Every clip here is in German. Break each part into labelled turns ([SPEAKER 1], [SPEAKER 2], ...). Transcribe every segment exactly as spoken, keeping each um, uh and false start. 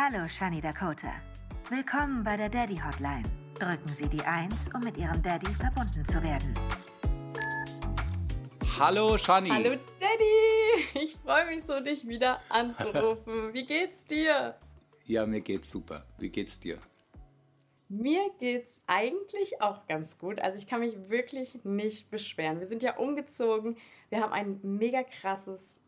[SPEAKER 1] Hallo Shani Dakota. Willkommen bei der Daddy Hotline. Drücken Sie die eins, um mit Ihrem Daddy verbunden zu werden.
[SPEAKER 2] Hallo Shani.
[SPEAKER 3] Hallo Daddy. Ich freue mich so, dich wieder anzurufen. Wie geht's dir?
[SPEAKER 2] Ja, mir geht's super. Wie geht's dir?
[SPEAKER 3] Mir geht's eigentlich auch ganz gut. Also ich kann mich wirklich nicht beschweren. Wir sind ja umgezogen. Wir haben ein mega krasses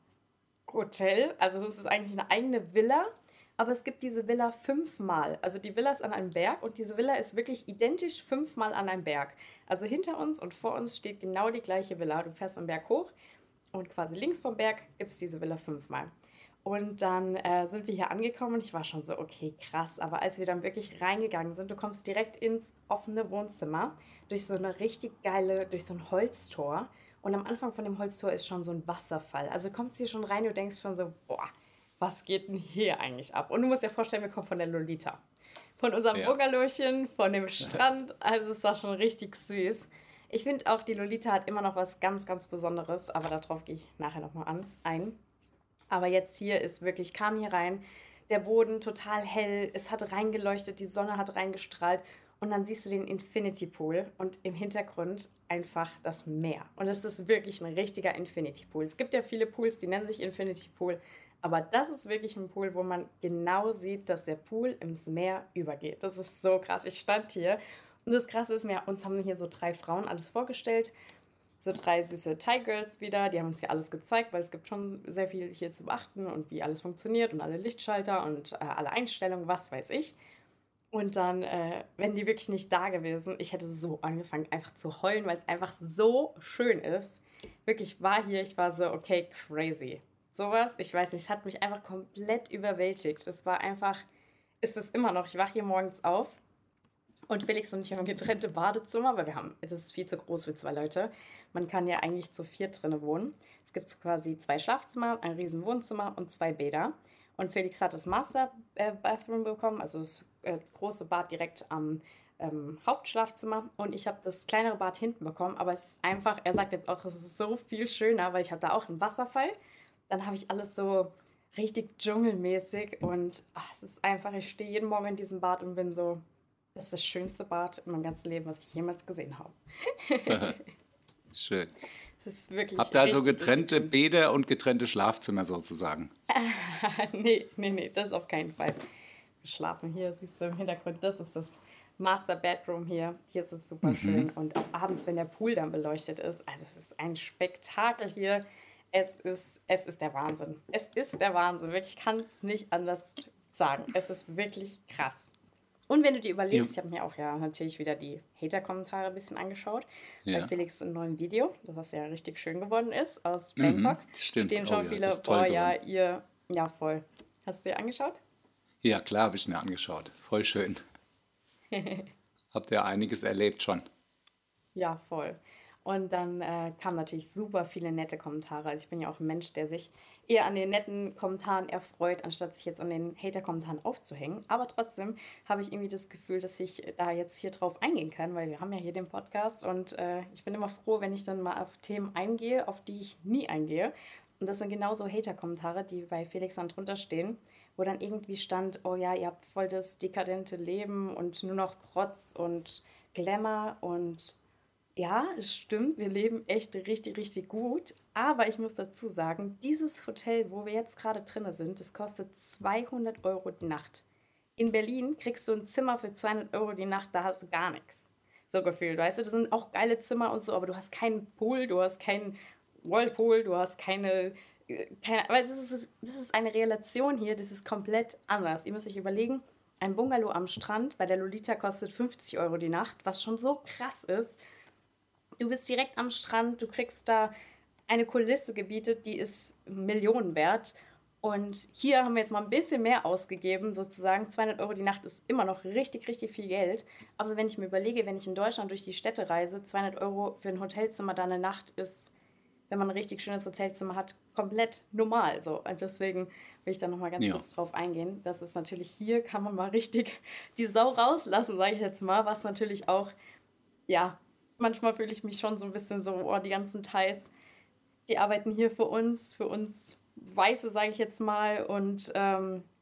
[SPEAKER 3] Hotel. Also das ist eigentlich eine eigene Villa. Aber es gibt diese Villa fünfmal. Also die Villa ist an einem Berg und diese Villa ist wirklich identisch fünfmal an einem Berg. Also hinter uns und vor uns steht genau die gleiche Villa. Du fährst am Berg hoch und quasi links vom Berg gibt es diese Villa fünfmal. Und dann äh, sind wir hier angekommen und ich war schon so, okay, krass. Aber als wir dann wirklich reingegangen sind, du kommst direkt ins offene Wohnzimmer durch so eine richtig geile, durch so ein Holztor. Und am Anfang von dem Holztor ist schon so ein Wasserfall. Also kommst hier schon rein und denkst schon so, boah, was geht denn hier eigentlich ab? Und du musst dir vorstellen, wir kommen von der Lolita. Von unserem ja. Bungalowchen, von dem Strand. Also es war schon richtig süß. Ich finde auch, die Lolita hat immer noch was ganz, ganz Besonderes. Aber darauf gehe ich nachher nochmal an, ein. Aber jetzt hier ist wirklich, ich kam hier rein, der Boden total hell, es hat reingeleuchtet, die Sonne hat reingestrahlt. Und dann siehst du den Infinity Pool und im Hintergrund einfach das Meer. Und es ist wirklich ein richtiger Infinity Pool. Es gibt ja viele Pools, die nennen sich Infinity Pool. Aber das ist wirklich ein Pool, wo man genau sieht, dass der Pool ins Meer übergeht. Das ist so krass. Ich stand hier und das Krasse ist mir, uns haben hier so drei Frauen alles vorgestellt. So drei süße Thai-Girls wieder. Die haben uns hier alles gezeigt, weil es gibt schon sehr viel hier zu beachten und wie alles funktioniert und alle Lichtschalter und äh, alle Einstellungen, was weiß ich. Und dann, äh, wenn die wirklich nicht da gewesen, ich hätte so angefangen einfach zu heulen, weil es einfach so schön ist. Wirklich, ich war hier, ich war so, okay, crazy. Sowas, ich weiß nicht, es hat mich einfach komplett überwältigt. Es war einfach, ist es immer noch, ich wache hier morgens auf und Felix und ich haben getrennte Badezimmer, weil wir haben, es ist viel zu groß für zwei Leute. Man kann ja eigentlich zu viert drinnen wohnen. Es gibt quasi zwei Schlafzimmer, ein riesen Wohnzimmer und zwei Bäder. Und Felix hat das Master Bathroom bekommen, also das äh, große Bad direkt am ähm, Hauptschlafzimmer. Und ich habe das kleinere Bad hinten bekommen, aber es ist einfach, er sagt jetzt auch, es ist so viel schöner, weil ich habe da auch einen Wasserfall. Dann habe ich alles so richtig dschungelmäßig und ach, es ist einfach, ich stehe jeden Morgen in diesem Bad und bin so, das ist das schönste Bad in meinem ganzen Leben, was ich jemals gesehen habe.
[SPEAKER 2] Schön.
[SPEAKER 3] Es ist wirklich
[SPEAKER 2] Habt ihr also
[SPEAKER 3] richtig,
[SPEAKER 2] getrennte
[SPEAKER 3] richtig
[SPEAKER 2] Bäder und getrennte Schlafzimmer sozusagen?
[SPEAKER 3] nee, nee, nee, das auf keinen Fall. Wir schlafen hier, siehst du im Hintergrund, das ist das Master Bedroom hier. Hier ist es super mhm. schön und auch abends, wenn der Pool dann beleuchtet ist, also es ist ein Spektakel hier. Es ist, es ist der Wahnsinn. Es ist der Wahnsinn. Wirklich, ich kann es nicht anders sagen. Es ist wirklich krass. Und wenn du dir überlegst, ja. ich habe mir auch ja natürlich wieder die Hater-Kommentare ein bisschen angeschaut, ja. bei Felix im neuen Video, das ja richtig schön geworden ist, aus Bangkok,
[SPEAKER 2] mhm, stimmt.
[SPEAKER 3] stehen schon
[SPEAKER 2] oh, ja,
[SPEAKER 3] viele, boah, ja, ihr, ja, voll. Hast du dir angeschaut?
[SPEAKER 2] Ja, klar, habe ich mir angeschaut. Voll schön. Habt ihr einiges erlebt schon?
[SPEAKER 3] Ja, voll. Und dann äh, kamen natürlich super viele nette Kommentare. Also ich bin ja auch ein Mensch, der sich eher an den netten Kommentaren erfreut, anstatt sich jetzt an den Hater-Kommentaren aufzuhängen. Aber trotzdem habe ich irgendwie das Gefühl, dass ich da jetzt hier drauf eingehen kann, weil wir haben ja hier den Podcast und äh, ich bin immer froh, wenn ich dann mal auf Themen eingehe, auf die ich nie eingehe. Und das sind genauso Hater-Kommentare, die bei Felix dann drunter stehen, wo dann irgendwie stand, oh ja, ihr habt voll das dekadente Leben und nur noch Protz und Glamour und ja, es stimmt, wir leben echt richtig, richtig gut. Aber ich muss dazu sagen, dieses Hotel, wo wir jetzt gerade drin sind, das kostet zweihundert Euro die Nacht. In Berlin kriegst du ein Zimmer für zweihundert Euro die Nacht, da hast du gar nichts. So gefühlt, weißt du, das sind auch geile Zimmer und so, aber du hast keinen Pool, du hast keinen Whirlpool, du hast keine, keine, aber das ist, das ist eine Relation hier, das ist komplett anders. Ihr müsst euch überlegen, ein Bungalow am Strand bei der Lolita kostet fünfzig Euro die Nacht, was schon so krass ist. Du bist direkt am Strand, du kriegst da eine Kulisse gebietet, die ist Millionen wert. Und hier haben wir jetzt mal ein bisschen mehr ausgegeben, sozusagen. zweihundert Euro die Nacht ist immer noch richtig, richtig viel Geld. Aber wenn ich mir überlege, wenn ich in Deutschland durch die Städte reise, zweihundert Euro für ein Hotelzimmer da eine Nacht ist, wenn man ein richtig schönes Hotelzimmer hat, komplett normal. So. Und deswegen will ich da nochmal ganz ja. kurz drauf eingehen. Das ist natürlich hier, kann man mal richtig die Sau rauslassen, sage ich jetzt mal, was natürlich auch, ja, manchmal fühle ich mich schon so ein bisschen so, oh, die ganzen Thais, die arbeiten hier für uns, für uns Weiße, sage ich jetzt mal. Und ähm,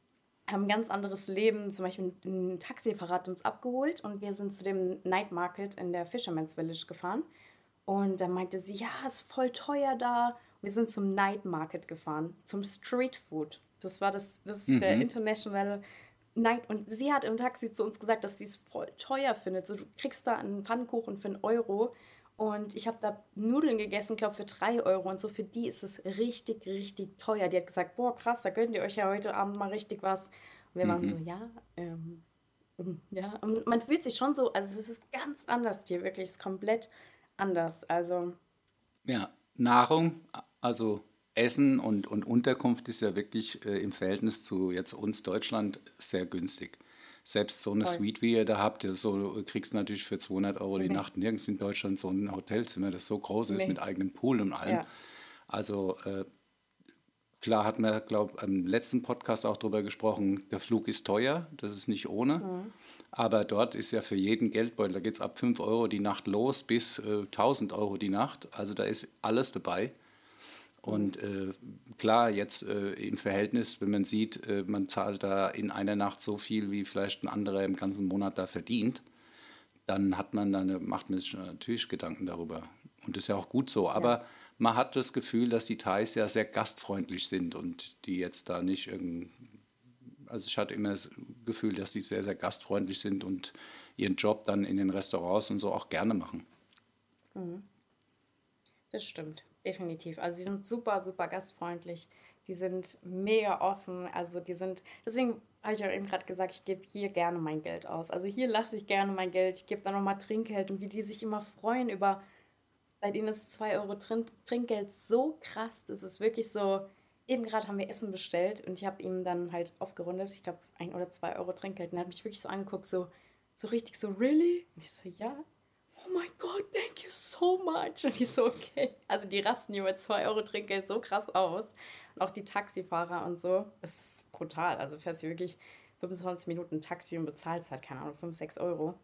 [SPEAKER 3] haben ein ganz anderes Leben. Zum Beispiel ein Taxifahrer hat uns abgeholt und wir sind zu dem Night Market in der Fisherman's Village gefahren. Und dann meinte sie, ja, ist voll teuer da. Wir sind zum Night Market gefahren, zum Street Food. Das war das, das ist der
[SPEAKER 2] Mhm.
[SPEAKER 3] International Night. Und sie hat im Taxi zu uns gesagt, dass sie es voll teuer findet. So, du kriegst da einen Pfannkuchen für einen Euro. Und ich habe da Nudeln gegessen, glaube für drei Euro. Und so für die ist es richtig, richtig teuer. Die hat gesagt, boah, krass, da gönnt ihr euch ja heute Abend mal richtig was. Und wir waren so,
[SPEAKER 2] Mhm.
[SPEAKER 3] ja, ähm, mhm, ja. Und man fühlt sich schon so, also es ist ganz anders hier, wirklich, es ist komplett anders. Also,
[SPEAKER 2] Ja, Nahrung, also Essen und, und Unterkunft ist ja wirklich äh, im Verhältnis zu jetzt uns Deutschland sehr günstig. Selbst so eine
[SPEAKER 3] voll.
[SPEAKER 2] Suite, wie ihr da habt, ja, so äh, kriegst du natürlich für zweihundert Euro die
[SPEAKER 3] Nee,
[SPEAKER 2] Nacht nirgends in Deutschland so ein Hotelzimmer, das so groß ist mit
[SPEAKER 3] nee,
[SPEAKER 2] eigenem Pool und allem.
[SPEAKER 3] ja,
[SPEAKER 2] Also äh, klar hat man, glaube ich, im letzten Podcast auch darüber gesprochen, der Flug ist teuer, das ist nicht ohne.
[SPEAKER 3] mhm,
[SPEAKER 2] Aber dort ist ja für jeden Geldbeutel, da geht es ab fünf Euro die Nacht los bis äh, tausend Euro die Nacht. Also da ist alles dabei.
[SPEAKER 3] mhm,
[SPEAKER 2] Und äh, klar, jetzt äh, im Verhältnis, wenn man sieht, äh, man zahlt da in einer Nacht so viel, wie vielleicht ein anderer im ganzen Monat da verdient, dann hat man dann, macht man sich natürlich Gedanken darüber. Und das ist ja auch gut so.
[SPEAKER 3] ja.
[SPEAKER 2] Aber man hat das Gefühl, dass die Thais ja sehr gastfreundlich sind und die jetzt da nicht irgend, also ich hatte immer das Gefühl, dass die sehr, sehr gastfreundlich sind und ihren Job dann in den Restaurants und so auch gerne machen.
[SPEAKER 3] Mhm. Das stimmt, definitiv. Also sie sind super, super gastfreundlich. Die sind mega offen. Also die sind, deswegen habe ich auch eben gerade gesagt, ich gebe hier gerne mein Geld aus. Also hier lasse ich gerne mein Geld. Ich gebe dann nochmal Trinkgeld und wie die sich immer freuen über, bei denen ist zwei Euro Trin Trinkgeld so krass. Das ist wirklich so, eben gerade haben wir Essen bestellt und ich habe ihm dann halt aufgerundet, ich glaube ein oder zwei Euro Trinkgeld. Und er hat mich wirklich so angeguckt, so, so richtig so, really? Und ich so, ja. Oh mein Gott, thank you so much. Und ich so, okay. Also die rasten hier mit zwei Euro Trinkgeld so krass aus. Und auch die Taxifahrer und so. Das ist brutal. Also fährst du wirklich fünfundzwanzig Minuten Taxi und bezahlst halt, keine Ahnung, fünf sechs Euro.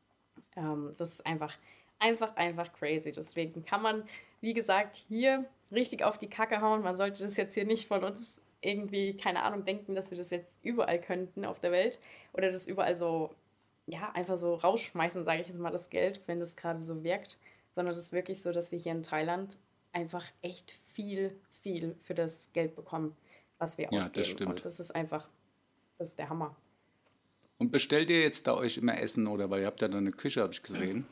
[SPEAKER 3] Ähm, das ist einfach, einfach, einfach crazy. Deswegen kann man, wie gesagt, hier richtig auf die Kacke hauen. Man sollte das jetzt hier nicht von uns irgendwie, keine Ahnung, denken, dass wir das jetzt überall könnten auf der Welt. Oder das überall so ja, einfach so rausschmeißen, sage ich jetzt mal, das Geld, wenn das gerade so wirkt, sondern es ist wirklich so, dass wir hier in Thailand einfach echt viel, viel für das Geld bekommen, was wir
[SPEAKER 2] Ja, das
[SPEAKER 3] ausgeben.
[SPEAKER 2] stimmt.
[SPEAKER 3] Und das ist einfach, das ist der Hammer.
[SPEAKER 2] Und bestellt ihr jetzt da euch immer Essen oder weil ihr habt ja da eine Küche, habe ich gesehen.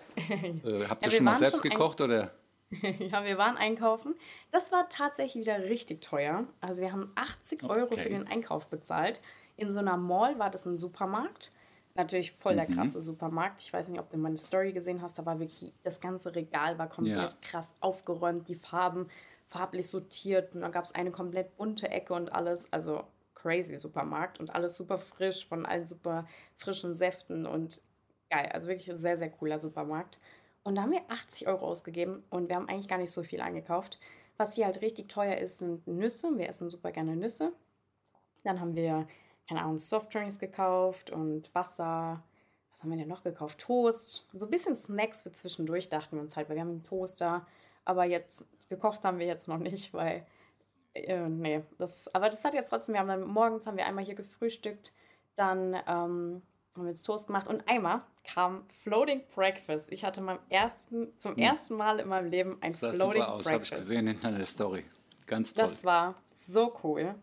[SPEAKER 2] Äh, habt ihr
[SPEAKER 3] Ja, wir
[SPEAKER 2] schon mal
[SPEAKER 3] waren
[SPEAKER 2] selbst
[SPEAKER 3] schon ein,
[SPEAKER 2] gekocht oder?
[SPEAKER 3] ja, wir waren einkaufen. Das war tatsächlich wieder richtig teuer. Also wir haben achtzig Euro für
[SPEAKER 2] Okay.
[SPEAKER 3] den Einkauf bezahlt. In so einer Mall war das ein Supermarkt. Natürlich voll der
[SPEAKER 2] Mhm.
[SPEAKER 3] krasse Supermarkt. Ich weiß nicht, ob du meine Story gesehen hast. Da war wirklich, das ganze Regal war
[SPEAKER 2] Ja,
[SPEAKER 3] komplett krass aufgeräumt. Die Farben farblich sortiert. Und dann gab es eine komplett bunte Ecke und alles. Also crazy Supermarkt. Und alles super frisch, von allen super frischen Säften und geil. Also wirklich ein sehr, sehr cooler Supermarkt. Und da haben wir achtzig Euro ausgegeben und wir haben eigentlich gar nicht so viel eingekauft. Was hier halt richtig teuer ist, sind Nüsse. Wir essen super gerne Nüsse. Dann haben wir, keine Ahnung, Softdrinks gekauft und Wasser. Was haben wir denn noch gekauft? Toast. So ein bisschen Snacks für zwischendurch, dachten wir uns halt, weil wir haben einen Toaster. Aber jetzt, gekocht haben wir jetzt noch nicht, weil, äh, nee. Das, aber das hat jetzt trotzdem, wir haben dann, morgens haben wir einmal hier gefrühstückt. Dann ähm, haben wir jetzt Toast gemacht und einmal kam Floating Breakfast. Ich hatte meinem ersten, zum
[SPEAKER 2] hm.
[SPEAKER 3] ersten Mal in meinem Leben ein
[SPEAKER 2] Sah super
[SPEAKER 3] Floating
[SPEAKER 2] aus, habe ich
[SPEAKER 3] Breakfast.
[SPEAKER 2] gesehen in deiner Story. Ganz toll.
[SPEAKER 3] Das war so cool.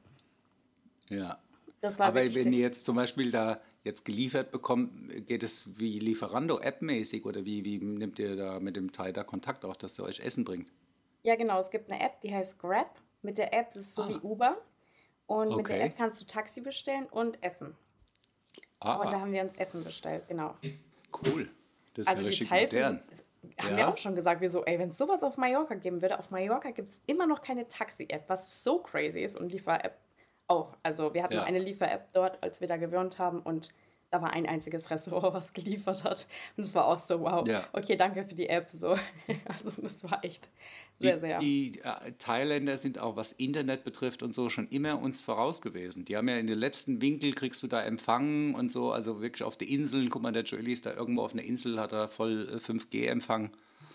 [SPEAKER 2] Ja.
[SPEAKER 3] Das war
[SPEAKER 2] Aber
[SPEAKER 3] wirklich,
[SPEAKER 2] wenn
[SPEAKER 3] der-
[SPEAKER 2] ihr jetzt zum Beispiel da jetzt geliefert bekommt, geht es wie Lieferando-App-mäßig oder wie, wie nimmt ihr da mit dem Thai da Kontakt auf, dass er euch Essen bringt?
[SPEAKER 3] ja genau, es gibt eine App, die heißt Grab. Mit der App, das ist so wie
[SPEAKER 2] Ah,
[SPEAKER 3] Uber. Und mit der App
[SPEAKER 2] okay.
[SPEAKER 3] kannst du Taxi bestellen und Essen. Und da
[SPEAKER 2] Ah,
[SPEAKER 3] haben wir uns Essen bestellt, genau.
[SPEAKER 2] cool. Das ist ja
[SPEAKER 3] Also
[SPEAKER 2] richtig
[SPEAKER 3] Details, die sind,
[SPEAKER 2] modern.
[SPEAKER 3] haben wir auch
[SPEAKER 2] Ja,
[SPEAKER 3] schon gesagt, wir so, ey, wenn es sowas auf Mallorca geben würde, auf Mallorca gibt es immer noch keine Taxi-App, was so crazy ist und Liefer-App auch. Also wir hatten nur
[SPEAKER 2] ja.
[SPEAKER 3] eine Liefer-App dort, als wir da gewohnt haben und da war ein einziges Restaurant, was geliefert hat. Und es war auch so, wow,
[SPEAKER 2] Ja.
[SPEAKER 3] okay, danke für die App. So. Also das war echt sehr,
[SPEAKER 2] Die,
[SPEAKER 3] sehr.
[SPEAKER 2] die äh, Thailänder sind auch, was Internet betrifft und so, schon immer uns voraus gewesen. Die haben ja in den letzten Winkel, kriegst du da Empfang und so, also wirklich auf die Inseln. Guck mal, der Joeli ist da irgendwo auf einer Insel, hat er voll äh, fünf G-Empfang.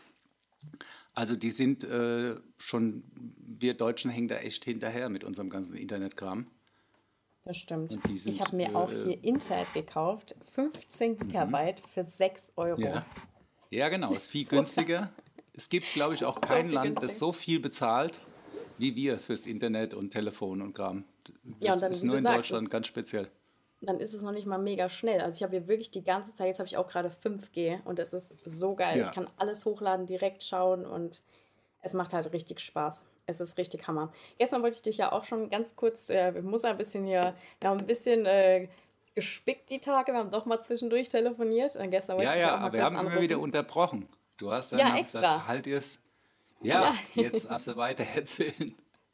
[SPEAKER 2] Also die sind äh, schon, wir Deutschen hängen da echt hinterher mit unserem ganzen Internetkram.
[SPEAKER 3] Das stimmt.
[SPEAKER 2] Und die
[SPEAKER 3] Ich
[SPEAKER 2] sind,
[SPEAKER 3] habe mir auch
[SPEAKER 2] äh,
[SPEAKER 3] hier Internet gekauft, fünfzehn
[SPEAKER 2] mhm.
[SPEAKER 3] Gigabyte für sechs Euro.
[SPEAKER 2] Ja. Ja, genau, ist viel
[SPEAKER 3] So krass.
[SPEAKER 2] günstiger. Es gibt, glaube ich,
[SPEAKER 3] Das
[SPEAKER 2] auch
[SPEAKER 3] ist so
[SPEAKER 2] kein
[SPEAKER 3] viel
[SPEAKER 2] Land, das
[SPEAKER 3] günstiger.
[SPEAKER 2] so viel bezahlt wie wir fürs Internet und Telefon und Kram.
[SPEAKER 3] Ja,
[SPEAKER 2] Das
[SPEAKER 3] und dann,
[SPEAKER 2] ist
[SPEAKER 3] wie
[SPEAKER 2] nur
[SPEAKER 3] du
[SPEAKER 2] in
[SPEAKER 3] sagst,
[SPEAKER 2] Deutschland
[SPEAKER 3] es,
[SPEAKER 2] ganz speziell.
[SPEAKER 3] dann ist es noch nicht mal mega schnell. Also ich habe hier wirklich die ganze Zeit, jetzt habe ich auch gerade fünf G und es ist so geil. Ich
[SPEAKER 2] Ja,
[SPEAKER 3] kann alles hochladen, direkt schauen und es macht halt richtig Spaß. Es ist richtig Hammer. Gestern wollte ich dich ja auch schon ganz kurz, äh, wir müssen ein bisschen hier, wir haben ein bisschen äh, gespickt die Tage, wir haben doch mal zwischendurch telefoniert. Und gestern wollte
[SPEAKER 2] ja,
[SPEAKER 3] ich dich ja
[SPEAKER 2] ja,
[SPEAKER 3] auch mal
[SPEAKER 2] aber wir
[SPEAKER 3] kurz
[SPEAKER 2] haben immer wieder
[SPEAKER 3] anrufen.
[SPEAKER 2] unterbrochen. Du hast dann,
[SPEAKER 3] Ja,
[SPEAKER 2] habe ich gesagt,
[SPEAKER 3] extra.
[SPEAKER 2] halt ihr's.
[SPEAKER 3] Ja,
[SPEAKER 2] Ja, jetzt hast du weiter erzählen.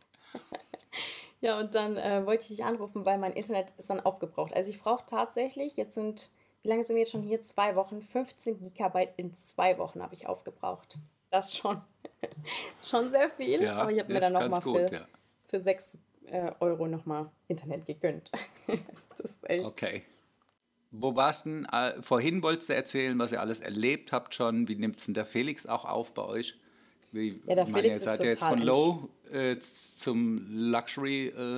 [SPEAKER 3] ja, und dann äh, wollte ich dich anrufen, weil mein Internet ist dann aufgebraucht. Also ich brauche tatsächlich, jetzt sind, wie lange sind wir jetzt schon hier? Zwei Wochen, fünfzehn Gigabyte in zwei Wochen habe ich aufgebraucht. Das ist schon, schon sehr viel, aber
[SPEAKER 2] Ja,
[SPEAKER 3] ich habe mir
[SPEAKER 2] das
[SPEAKER 3] dann
[SPEAKER 2] ist ganz
[SPEAKER 3] nochmal
[SPEAKER 2] gut,
[SPEAKER 3] für,
[SPEAKER 2] ja.
[SPEAKER 3] für sechs äh, Euro nochmal Internet gegönnt. Das ist echt.
[SPEAKER 2] Okay. Wo warst denn? Äh, vorhin wolltest du erzählen, was ihr alles erlebt habt schon. Wie nimmt denn der Felix auch auf bei euch? Wie,
[SPEAKER 3] Ja, der
[SPEAKER 2] ich meine, ihr
[SPEAKER 3] Felix ist
[SPEAKER 2] seid ja jetzt
[SPEAKER 3] total
[SPEAKER 2] von
[SPEAKER 3] entsch...
[SPEAKER 2] Low äh, zum Luxury äh,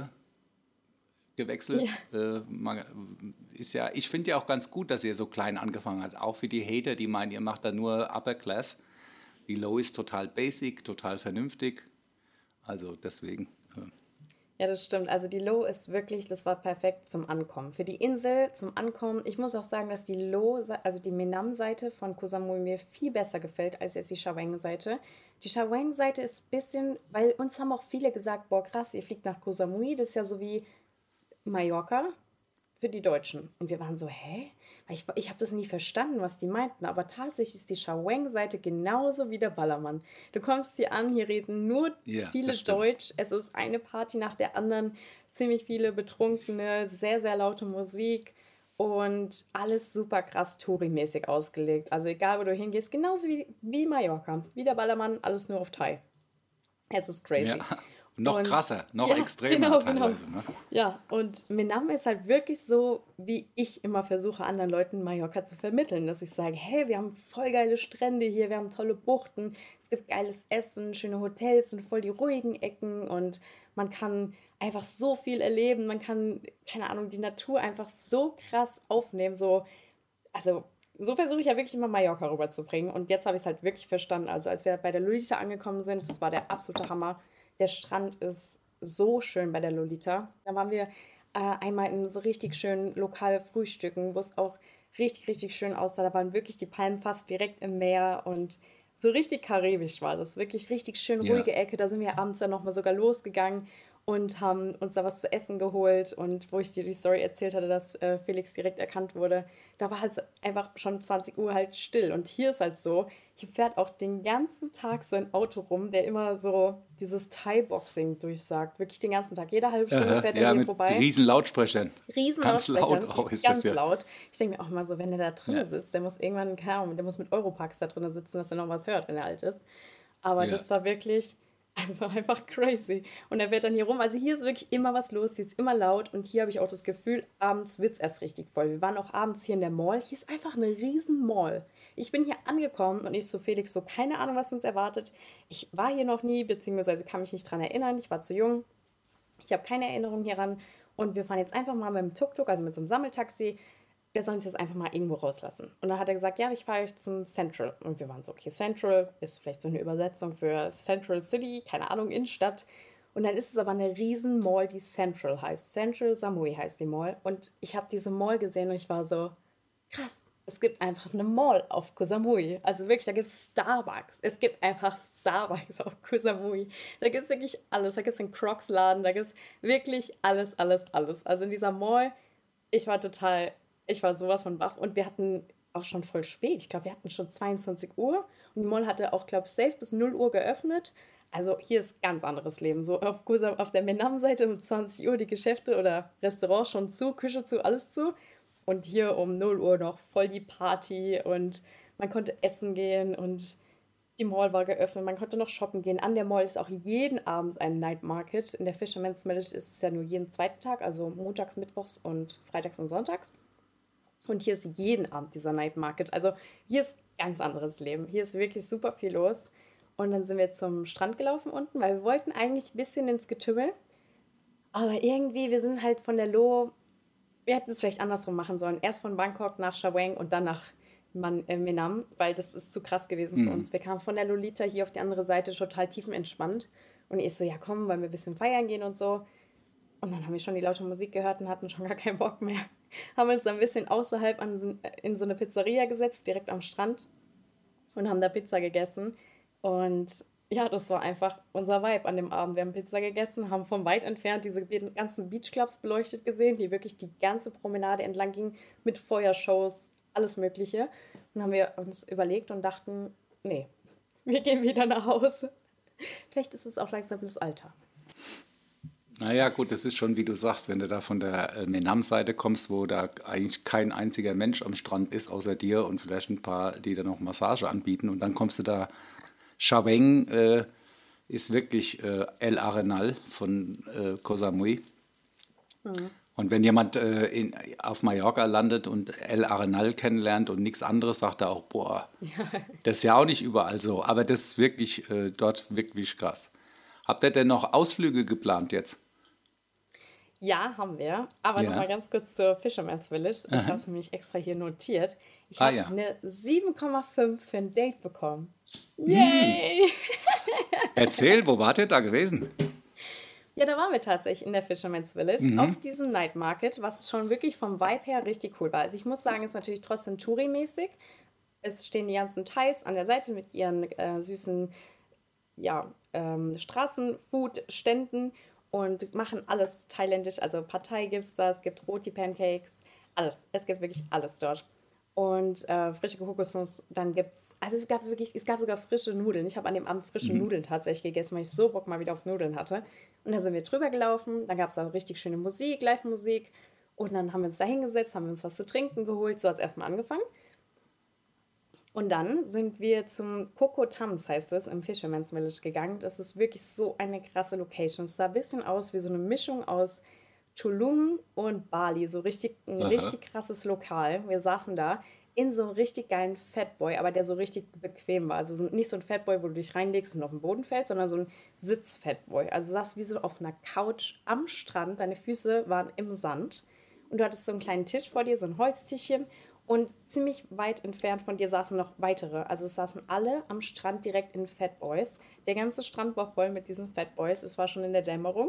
[SPEAKER 3] Ja,
[SPEAKER 2] gewechselt. Äh, man, ist ja, ich finde ja auch ganz gut, dass ihr so klein angefangen habt. Auch für die Hater, die meinen, ihr macht da nur Upper Class. Die Low ist total basic, total vernünftig. Also deswegen. Äh,
[SPEAKER 3] ja, das stimmt. Also die Low ist wirklich, das war perfekt zum Ankommen. Für die Insel, zum Ankommen. Ich muss auch sagen, dass die Low, also die Menam-Seite von Koh Samui mir viel besser gefällt als jetzt die Chaweng-Seite. Die Chaweng-Seite ist ein bisschen, weil uns haben auch viele gesagt, boah krass, ihr fliegt nach Koh Samui, das ist ja so wie Mallorca für die Deutschen. Und wir waren so, hä? Weil Ich, ich habe das nie verstanden, was die meinten, aber tatsächlich ist die Chaweng-Seite genauso wie der Ballermann. Du kommst hier an, hier reden nur
[SPEAKER 2] ja,
[SPEAKER 3] viele
[SPEAKER 2] das stimmt.
[SPEAKER 3] Deutsch, es ist eine Party nach der anderen, ziemlich viele Betrunkene, sehr, sehr laute Musik und alles super krass Touri-mäßig ausgelegt. Also egal, wo du hingehst, genauso wie, wie Mallorca, wie der Ballermann, alles nur auf Thai. Es ist
[SPEAKER 2] Ja.
[SPEAKER 3] crazy.
[SPEAKER 2] Noch
[SPEAKER 3] Und
[SPEAKER 2] krasser, noch
[SPEAKER 3] ja,
[SPEAKER 2] extremer
[SPEAKER 3] genau, genau.
[SPEAKER 2] teilweise. Ne?
[SPEAKER 3] Ja, und Menam ist halt wirklich so, wie ich immer versuche, anderen Leuten Mallorca zu vermitteln, dass ich sage, hey, wir haben voll geile Strände hier, wir haben tolle Buchten, es gibt geiles Essen, schöne Hotels sind voll die ruhigen Ecken und man kann einfach so viel erleben, man kann, keine Ahnung, die Natur einfach so krass aufnehmen, so, also so versuche ich ja wirklich immer Mallorca rüberzubringen. Und jetzt habe ich es halt wirklich verstanden. Also als wir bei der Lolita angekommen sind, das war der absolute Hammer. Der Strand ist so schön bei der Lolita. Da waren wir äh, einmal in so richtig schönen lokal frühstücken, wo es auch richtig, richtig schön aussah. Da waren wirklich die Palmen fast direkt im Meer und so richtig karibisch war das. Wirklich richtig schön
[SPEAKER 2] Ja.
[SPEAKER 3] ruhige Ecke. Da sind wir abends dann nochmal sogar losgegangen und haben uns da was zu essen geholt. Und wo ich dir die Story erzählt hatte, dass äh, Felix direkt erkannt wurde, da war halt einfach schon zwanzig Uhr halt still. Und hier ist halt so, hier fährt auch den ganzen Tag so ein Auto rum, der immer so dieses Thai-Boxing durchsagt. Wirklich den ganzen Tag. Jede halbe Stunde
[SPEAKER 2] Aha,
[SPEAKER 3] fährt er
[SPEAKER 2] ja,
[SPEAKER 3] hier
[SPEAKER 2] mit
[SPEAKER 3] vorbei.
[SPEAKER 2] riesen Lautsprechern.
[SPEAKER 3] Riesen
[SPEAKER 2] Ganz laut
[SPEAKER 3] Lautsprechern,
[SPEAKER 2] auch ist das
[SPEAKER 3] ganz
[SPEAKER 2] ja.
[SPEAKER 3] laut. Ich denke mir auch mal so, wenn der da
[SPEAKER 2] Ja,
[SPEAKER 3] drinnen sitzt, der muss irgendwann, keine Ahnung, der muss mit Europax da drinnen sitzen, dass er noch was hört, wenn er alt ist. Aber
[SPEAKER 2] ja.
[SPEAKER 3] das war wirklich, also einfach crazy. Und er fährt dann hier rum. Also hier ist wirklich immer was los, hier ist immer laut. Und hier habe ich auch das Gefühl, abends wird es erst richtig voll. Wir waren auch abends hier in der Mall. Hier ist einfach eine riesen Mall. Ich bin hier angekommen und ich so, Felix, so keine Ahnung, was uns erwartet. Ich war hier noch nie, beziehungsweise kann mich nicht dran erinnern. Ich war zu jung. Ich habe keine Erinnerung hieran. Und wir fahren jetzt einfach mal mit dem Tuk-Tuk, also mit so einem Sammeltaxi. Wir sollen uns jetzt einfach mal irgendwo rauslassen. Und dann hat er gesagt, ja, ich fahre euch zum Central. Und wir waren so, okay, Central ist vielleicht so eine Übersetzung für Central City, keine Ahnung, Innenstadt. Und dann ist es aber eine riesen Mall, die Central heißt. Central Samui heißt die Mall. Und ich habe diese Mall gesehen und ich war so, krass, es gibt einfach eine Mall auf Koh Samui. Also wirklich, da gibt es Starbucks. Es gibt einfach Starbucks auf Koh Samui. Da gibt es wirklich alles. Da gibt es einen Crocs-Laden, da gibt es wirklich alles, alles, alles. Also in dieser Mall, ich war total, ich war sowas von baff. Und wir hatten auch schon voll spät. Ich glaube, wir hatten schon zweiundzwanzig Uhr. Und die Mall hatte auch, glaube ich, safe bis null Uhr geöffnet. Also hier ist ganz anderes Leben. So auf, Koh Sam- auf der Menam-Seite um zwanzig Uhr die Geschäfte oder Restaurants schon zu, Küche zu, alles zu. Und hier um null Uhr noch voll die Party und man konnte essen gehen und die Mall war geöffnet, man konnte noch shoppen gehen. An der Mall ist auch jeden Abend ein Night Market. In der Fisherman's Village ist es ja nur jeden zweiten Tag, also montags, mittwochs und freitags und sonntags. Und hier ist jeden Abend dieser Night Market. Also hier ist ganz anderes Leben. Hier ist wirklich super viel los. Und dann sind wir zum Strand gelaufen unten, weil wir wollten eigentlich ein bisschen ins Getümmel. Aber irgendwie, wir sind halt von der Lo, wir hätten es vielleicht andersrum machen sollen. Erst von Bangkok nach Chaweng und dann nach Man, äh, Menam, weil das ist zu krass gewesen für
[SPEAKER 2] Mhm.
[SPEAKER 3] uns. Wir kamen von der Lolita hier auf die andere Seite total tiefenentspannt. Und ich so, ja komm, wollen wir ein bisschen feiern gehen und so. Und dann haben wir schon die laute Musik gehört und hatten schon gar keinen Bock mehr. Haben uns dann ein bisschen außerhalb an, so- in so eine Pizzeria gesetzt, direkt am Strand und haben da Pizza gegessen. Und ja, das war einfach unser Vibe an dem Abend. Wir haben Pizza gegessen, haben von weit entfernt diese ganzen Beachclubs beleuchtet gesehen, die wirklich die ganze Promenade entlang gingen mit Feuershows, alles Mögliche. Und dann haben wir uns überlegt und dachten, nee, wir gehen wieder nach Hause. Vielleicht ist es auch langsam das Alter.
[SPEAKER 2] Naja, gut, das ist schon, wie du sagst, wenn du da von der äh, Menam-Seite kommst, wo da eigentlich kein einziger Mensch am Strand ist, außer dir und vielleicht ein paar, die da noch Massage anbieten. Und dann kommst du da, Chaweng äh, ist wirklich äh, El Arenal von äh, Koh Samui. Und wenn jemand äh, in, auf Mallorca landet und El Arenal kennenlernt und nichts anderes, sagt er auch, boah, das ist ja auch nicht überall so. Aber das ist wirklich äh, dort wirklich krass. Habt ihr denn noch Ausflüge geplant jetzt?
[SPEAKER 3] Ja, haben wir. Aber
[SPEAKER 2] Ja.
[SPEAKER 3] nochmal ganz kurz zur Fisherman's Village. Ich habe
[SPEAKER 2] Aha.
[SPEAKER 3] es nämlich extra hier notiert. Ich
[SPEAKER 2] Ah
[SPEAKER 3] habe
[SPEAKER 2] ja.
[SPEAKER 3] eine sieben Komma fünf für ein Date bekommen. Yay!
[SPEAKER 2] Erzähl, wo wart ihr da gewesen?
[SPEAKER 3] Ja, da waren wir tatsächlich in der Fisherman's Village auf diesem Night Market, was schon wirklich vom Vibe her richtig cool war. Also ich muss sagen, es ist natürlich trotzdem Touri-mäßig. Es stehen die ganzen Thais an der Seite mit ihren äh, süßen ja, ähm, Straßenfood-Ständen und machen alles thailändisch. Also Pad Thai gibt es da, es gibt Roti-Pancakes, alles. Es gibt wirklich alles dort. Und äh, frische Kokosnuss, dann gibt's, also es gab wirklich, es gab sogar frische Nudeln. Ich habe an dem Abend frische Nudeln tatsächlich gegessen, weil ich so Bock mal wieder auf Nudeln hatte. Und da sind wir drüber gelaufen, dann gab es da richtig schöne Musik, Live-Musik. Und dann haben wir uns da hingesetzt, haben wir uns was zu trinken geholt. So hat es erstmal angefangen. Und dann sind wir zum Coco Tams, heißt es, im Fisherman's Village gegangen. Das ist wirklich so eine krasse Location. Es sah ein bisschen aus wie so eine Mischung aus Tulum und Bali. So richtig, ein
[SPEAKER 2] Aha.
[SPEAKER 3] richtig krasses Lokal. Wir saßen da in so einem richtig geilen Fatboy, aber der so richtig bequem war. Also so, nicht so ein Fatboy, wo du dich reinlegst und auf den Boden fällst, sondern so ein Sitz-Fatboy. Also du saßt wie so auf einer Couch am Strand. Deine Füße waren im Sand. Und du hattest so einen kleinen Tisch vor dir, so ein Holztischchen. Und ziemlich weit entfernt von dir saßen noch weitere. Also es saßen alle am Strand direkt in Fatboys. Der ganze Strand war voll mit diesen Fatboys. Es war schon in der Dämmerung.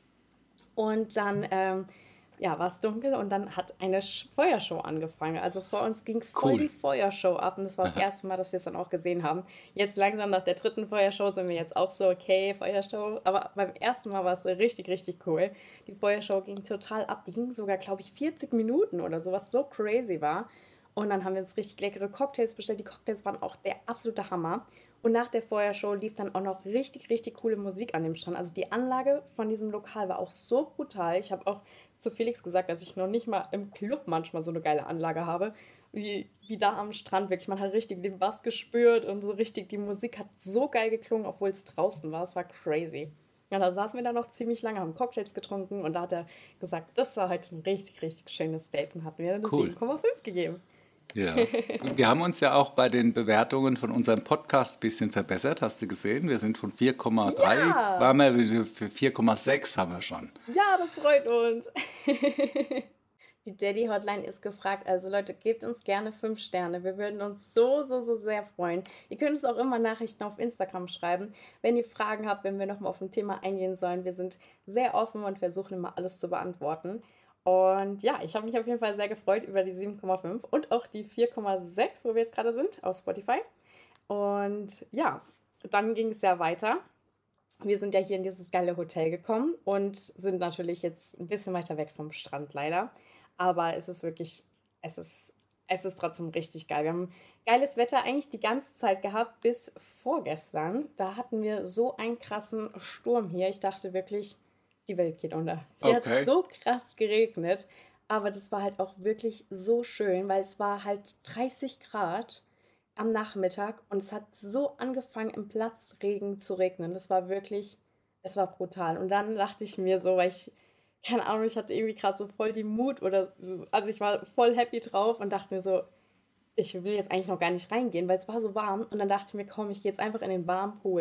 [SPEAKER 3] Und dann ähm, ja, war es dunkel und dann hat eine Sch- Feuershow angefangen. Also vor uns ging voll
[SPEAKER 2] Cool.
[SPEAKER 3] die Feuershow ab und das war das erste Mal, dass wir es dann auch gesehen haben. Jetzt langsam nach der dritten Feuershow sind wir jetzt auch so, okay, Feuershow. Aber beim ersten Mal war es so richtig, richtig cool. Die Feuershow ging total ab. Die ging sogar, glaube ich, vierzig Minuten oder so, was so crazy war. Und dann haben wir uns richtig leckere Cocktails bestellt. Die Cocktails waren auch der absolute Hammer. Und nach der Feuershow lief dann auch noch richtig, richtig coole Musik an dem Strand. Also die Anlage von diesem Lokal war auch so brutal. Ich habe auch zu Felix gesagt, dass ich noch nicht mal im Club manchmal so eine geile Anlage habe, wie, wie da am Strand. Wirklich, man hat richtig den Bass gespürt und so richtig, die Musik hat so geil geklungen, obwohl es draußen war. Es war crazy. Ja, da saßen wir dann noch ziemlich lange, haben Cocktails getrunken und da hat er gesagt, das war heute ein richtig, richtig schönes Date und hat mir eine
[SPEAKER 2] Cool.
[SPEAKER 3] sieben Komma fünf gegeben.
[SPEAKER 2] Ja. Wir haben uns ja auch bei den Bewertungen von unserem Podcast ein bisschen verbessert, hast du gesehen? Wir sind von vier Komma drei,
[SPEAKER 3] Ja,
[SPEAKER 2] waren wir für vier Komma sechs haben wir schon.
[SPEAKER 3] ja, das freut uns. Die Daddy Hotline ist gefragt. Also Leute, gebt uns gerne fünf Sterne. Wir würden uns so, so, so sehr freuen. Ihr könnt uns auch immer Nachrichten auf Instagram schreiben, wenn ihr Fragen habt, wenn wir nochmal auf ein Thema eingehen sollen. Wir sind sehr offen und versuchen immer alles zu beantworten. Und ja, ich habe mich auf jeden Fall sehr gefreut über die sieben Komma fünf und auch die vier Komma sechs, wo wir jetzt gerade sind, auf Spotify. Und ja, dann ging es ja weiter. Wir sind ja hier in dieses geile Hotel gekommen und sind natürlich jetzt ein bisschen weiter weg vom Strand leider. Aber es ist wirklich, es ist, es ist trotzdem richtig geil. Wir haben geiles Wetter eigentlich die ganze Zeit gehabt, bis vorgestern. Da hatten wir so einen krassen Sturm hier. Ich dachte wirklich, die Welt geht unter. Hier hat es
[SPEAKER 2] Okay.
[SPEAKER 3] so krass geregnet. Aber das war halt auch wirklich so schön, weil es war halt dreißig Grad am Nachmittag und es hat so angefangen, im Platzregen zu regnen. Das war wirklich, es war brutal. Und dann dachte ich mir so, weil ich, keine Ahnung, ich hatte irgendwie gerade so voll die Mut oder so, also ich war voll happy drauf und dachte mir so, ich will jetzt eigentlich noch gar nicht reingehen, weil es war so warm. Und dann dachte ich mir, komm, ich gehe jetzt einfach in den warmen Pool.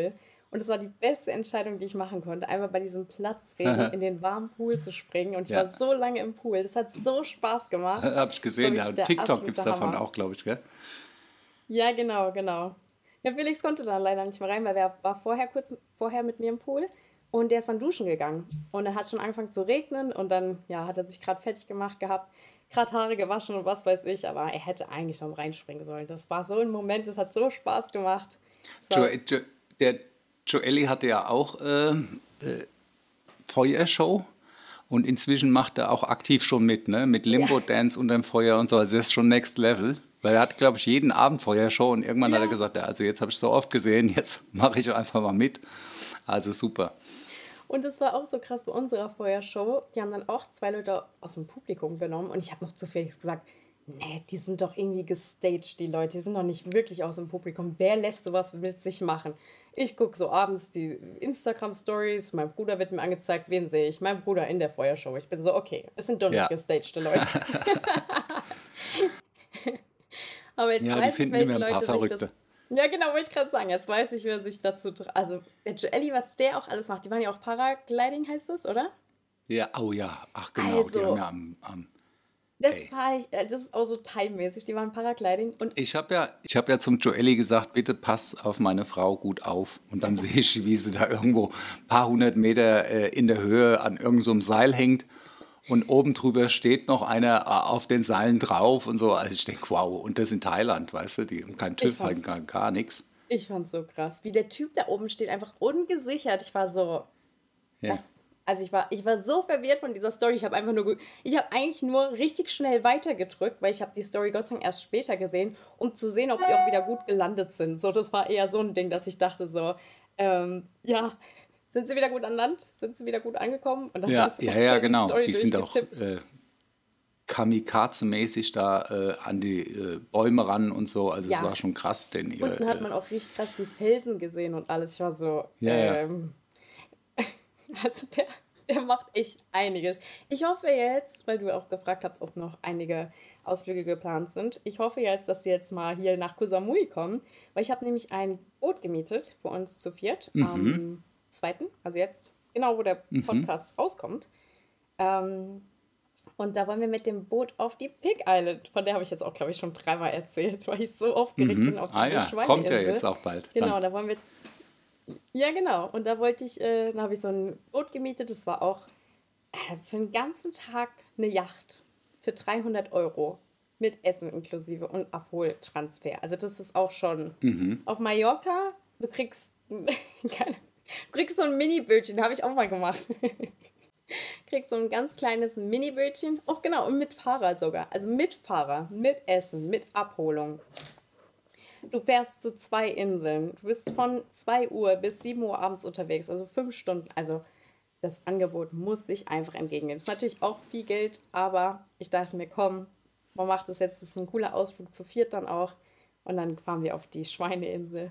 [SPEAKER 3] Und es war die beste Entscheidung, die ich machen konnte, einmal bei diesem Platzregen in den warmen Pool zu springen. Und ich war
[SPEAKER 2] Ja,
[SPEAKER 3] so lange im Pool. Das hat so Spaß gemacht.
[SPEAKER 2] habe ich
[SPEAKER 3] Das war
[SPEAKER 2] gesehen. Ja,
[SPEAKER 3] wirklich der
[SPEAKER 2] TikTok gibt es
[SPEAKER 3] absolute
[SPEAKER 2] davon
[SPEAKER 3] Hammer.
[SPEAKER 2] auch, glaube ich, gell?
[SPEAKER 3] Ja, genau, genau. Ja, Felix konnte dann leider nicht mehr rein, weil er war vorher kurz vorher mit mir im Pool und der ist dann duschen gegangen. Und dann hat es schon angefangen zu regnen und dann, ja, hat er sich gerade fertig gemacht gehabt, gerade Haare gewaschen und was weiß ich, aber er hätte eigentlich noch reinspringen sollen. Das war so ein Moment, das hat so Spaß gemacht. Das
[SPEAKER 2] Jo,
[SPEAKER 3] war,
[SPEAKER 2] jo, der Joelli hatte ja auch äh, Feuershow und inzwischen macht er auch aktiv schon mit, ne? Mit
[SPEAKER 3] ja,
[SPEAKER 2] Limbo-Dance unterm Feuer und so. Also das ist schon Next Level. Weil er hat, glaube ich, jeden Abend Feuershow und irgendwann hat er
[SPEAKER 3] ja.
[SPEAKER 2] gesagt, ja, also jetzt habe ich so oft gesehen, jetzt mache ich einfach mal mit. Also super.
[SPEAKER 3] Und das war auch so krass bei unserer Feuershow. Die haben dann auch zwei Leute aus dem Publikum genommen und ich habe noch zu Felix gesagt, nee, die sind doch irgendwie gestaged, die Leute, die sind doch nicht wirklich aus dem Publikum. Wer lässt sowas mit sich machen? Ich gucke so abends die Instagram-Stories, mein Bruder wird mir angezeigt, wen sehe ich? Mein Bruder in der Feuershow. Ich bin so, okay, es sind doch nicht
[SPEAKER 2] Ja.
[SPEAKER 3] gestagte Leute. Aber jetzt
[SPEAKER 2] Ja, die
[SPEAKER 3] weiß ich,
[SPEAKER 2] finden immer
[SPEAKER 3] welche
[SPEAKER 2] ein paar
[SPEAKER 3] Leute sich das.
[SPEAKER 2] Verrückte.
[SPEAKER 3] Ja, genau, wollte ich gerade sagen. Jetzt weiß ich, wer sich dazu. tra- Also, der Joelli, was der auch alles macht. Die waren ja auch Paragliding, heißt das, oder?
[SPEAKER 2] Ja, oh ja, ach genau, die haben
[SPEAKER 3] Also,
[SPEAKER 2] ja am, am
[SPEAKER 3] das
[SPEAKER 2] ey.
[SPEAKER 3] war ich, äh, das ist auch so timemäßig. Die waren Paragliding und
[SPEAKER 2] Ich habe ja, ich hab ja zum Joelli gesagt, bitte pass auf meine Frau gut auf. Und dann sehe ich, wie sie da irgendwo ein paar hundert Meter äh, in der Höhe an irgendeinem so einem Seil hängt. Und oben drüber steht noch einer äh, auf den Seilen drauf und so. Also ich denke, wow, und das in Thailand, weißt du, die haben keinen
[SPEAKER 3] ich
[SPEAKER 2] TÜV, halt
[SPEAKER 3] fand's,
[SPEAKER 2] gar, gar nichts.
[SPEAKER 3] ich fand's so krass. Wie der Typ da oben steht, einfach ungesichert. Ich war so,
[SPEAKER 2] Ja.
[SPEAKER 3] was? Also ich war, ich war so verwirrt von dieser Story. Ich habe einfach nur, ge- ich habe eigentlich nur richtig schnell weitergedrückt, weil ich habe die Story Gott sei Dank erst später gesehen, um zu sehen, ob sie auch wieder gut gelandet sind. So, das war eher so ein Ding, dass ich dachte so, ähm, ja, sind sie wieder gut an Land? Sind sie wieder gut angekommen? Und dann
[SPEAKER 2] Ja,
[SPEAKER 3] hast du
[SPEAKER 2] ja,
[SPEAKER 3] noch
[SPEAKER 2] ja,
[SPEAKER 3] schnell die
[SPEAKER 2] genau.
[SPEAKER 3] Story
[SPEAKER 2] Die sind auch
[SPEAKER 3] durchgetippt.
[SPEAKER 2] äh, kamikaze-mäßig da äh, an die äh, Bäume ran und so. Also es
[SPEAKER 3] Ja,
[SPEAKER 2] war schon krass, denn ihr,
[SPEAKER 3] unten hat
[SPEAKER 2] äh,
[SPEAKER 3] man auch richtig krass die Felsen gesehen und alles. Ich war so,
[SPEAKER 2] ja, ja.
[SPEAKER 3] ähm, also der, der macht echt einiges. Ich hoffe jetzt, weil du auch gefragt hast, ob noch einige Ausflüge geplant sind. Ich hoffe jetzt, dass sie jetzt mal hier nach Koh Samui kommen, weil ich habe nämlich ein Boot gemietet für uns zu viert am zweiten, also jetzt genau, wo der Podcast rauskommt. Ähm, und da wollen wir mit dem Boot auf die Pig Island. Von der habe ich jetzt auch, glaube ich, schon dreimal erzählt, weil ich so aufgeregt bin auf
[SPEAKER 2] Ah
[SPEAKER 3] diese
[SPEAKER 2] ja, kommt ja
[SPEAKER 3] Schweineinsel.
[SPEAKER 2] jetzt auch bald.
[SPEAKER 3] Genau,
[SPEAKER 2] Dann.
[SPEAKER 3] da wollen wir. Ja, genau. Und da wollte ich, äh, da habe ich so ein Boot gemietet. Das war auch äh, für den ganzen Tag eine Yacht für dreihundert Euro mit Essen inklusive und Abholtransfer. Also das ist auch schon auf Mallorca. Du kriegst, keine, du kriegst so ein Mini-Bötchen, habe ich auch mal gemacht. Kriegst so ein ganz kleines Mini-Bötchen. Oh, genau, und mit Fahrer sogar. Also mit Fahrer, mit Essen, mit Abholung. Du fährst zu zwei Inseln. Du bist von zwei Uhr bis sieben Uhr abends unterwegs, also fünf Stunden. Also das Angebot muss sich einfach entgegennehmen. Ist natürlich auch viel Geld, aber ich dachte mir, komm, man macht das jetzt, das ist ein cooler Ausflug zu viert dann auch. Und dann fahren wir auf die Schweineinsel.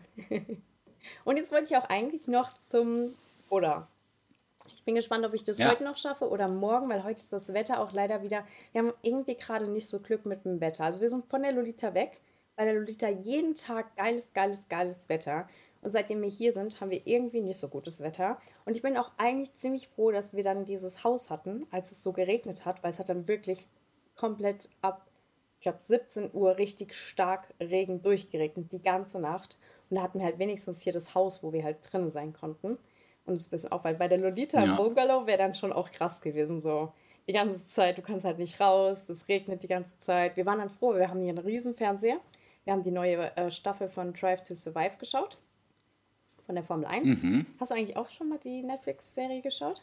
[SPEAKER 3] Und jetzt wollte ich auch eigentlich noch zum, oder ich bin gespannt, ob ich das
[SPEAKER 2] Ja,
[SPEAKER 3] heute noch schaffe oder morgen, weil heute ist das Wetter auch leider wieder. Wir haben irgendwie gerade nicht so Glück mit dem Wetter. Also wir sind von der Lolita weg. Bei der Lolita jeden Tag geiles, geiles, geiles Wetter. Und seitdem wir hier sind, haben wir irgendwie nicht so gutes Wetter. Und ich bin auch eigentlich ziemlich froh, dass wir dann dieses Haus hatten, als es so geregnet hat, weil es hat dann wirklich komplett ab, ich glaube, siebzehn Uhr richtig stark Regen durchgeregnet, die ganze Nacht. Und da hatten wir halt wenigstens hier das Haus, wo wir halt drin sein konnten. Und das ist ein bisschen auch, weil bei der Lolita im
[SPEAKER 2] ja.
[SPEAKER 3] Bungalow wäre dann schon auch krass gewesen, so die ganze Zeit, du kannst halt nicht raus, es regnet die ganze Zeit. Wir waren dann froh, wir haben hier einen riesen Fernseher. Wir haben die neue äh, Staffel von Drive to Survive geschaut, von der Formel eins. Hast du eigentlich auch schon mal die Netflix-Serie geschaut?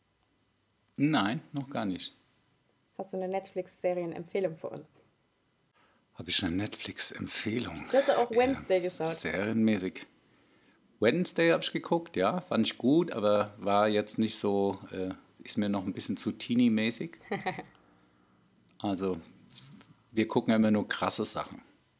[SPEAKER 2] Nein, noch gar nicht.
[SPEAKER 3] Hast du eine Netflix-Serien-Empfehlung für uns?
[SPEAKER 2] Habe ich eine Netflix-Empfehlung?
[SPEAKER 3] Du hast ja auch
[SPEAKER 2] Äh,
[SPEAKER 3] Wednesday geschaut.
[SPEAKER 2] serienmäßig. Wednesday habe ich geguckt, ja, fand ich gut, aber war jetzt nicht so, äh, ist mir noch ein bisschen zu teeny-mäßig. Also, wir gucken ja immer nur krasse Sachen.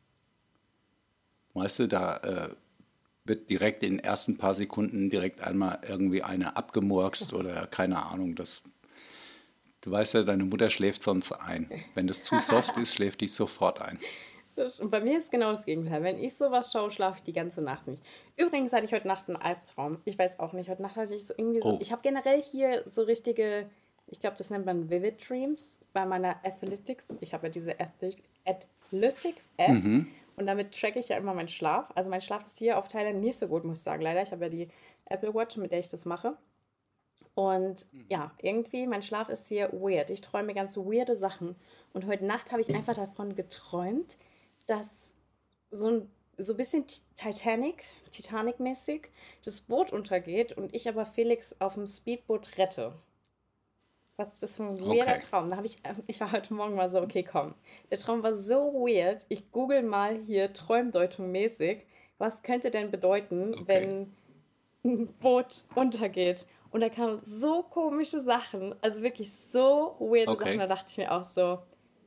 [SPEAKER 2] Weißt du, da äh, wird direkt in den ersten paar Sekunden direkt einmal irgendwie eine abgemurkst oder keine Ahnung. Das, du weißt ja, deine Mutter schläft sonst ein. Wenn das zu soft ist, schläft die sofort ein.
[SPEAKER 3] Das- Und bei mir ist genau das Gegenteil. Wenn ich sowas schaue, schlafe ich die ganze Nacht nicht. Übrigens hatte ich heute Nacht einen Albtraum. Ich weiß auch nicht, heute Nacht hatte ich so irgendwie so.
[SPEAKER 2] Oh,
[SPEAKER 3] Ich habe generell hier so richtige, ich glaube, das nennt man Vivid Dreams bei meiner Athletics. Ich habe ja diese Athlet- Athletics-App und damit tracke ich ja immer meinen Schlaf. Also mein Schlaf ist hier auf Thailand nicht so gut, muss ich sagen, leider. Ich habe ja die Apple Watch, mit der ich das mache. Und ja, irgendwie, mein Schlaf ist hier weird. Ich träume ganz weirde Sachen. Und heute Nacht habe ich einfach davon geträumt, dass so ein so ein bisschen Ti- Titanic, Titanic-mäßig, das Boot untergeht und ich aber Felix auf dem Speedboot rette. Was ist das für ein weirder
[SPEAKER 2] okay.
[SPEAKER 3] Traum? Da habe ich, ich war heute Morgen mal so, okay, komm. Der Traum war so weird. Ich google mal hier Träumdeutung mäßig. Was könnte denn bedeuten,
[SPEAKER 2] Okay.
[SPEAKER 3] wenn ein Boot untergeht? Und da kamen so komische Sachen, also wirklich so weirde Sachen. Da
[SPEAKER 2] Okay.
[SPEAKER 3] dachte ich mir auch so,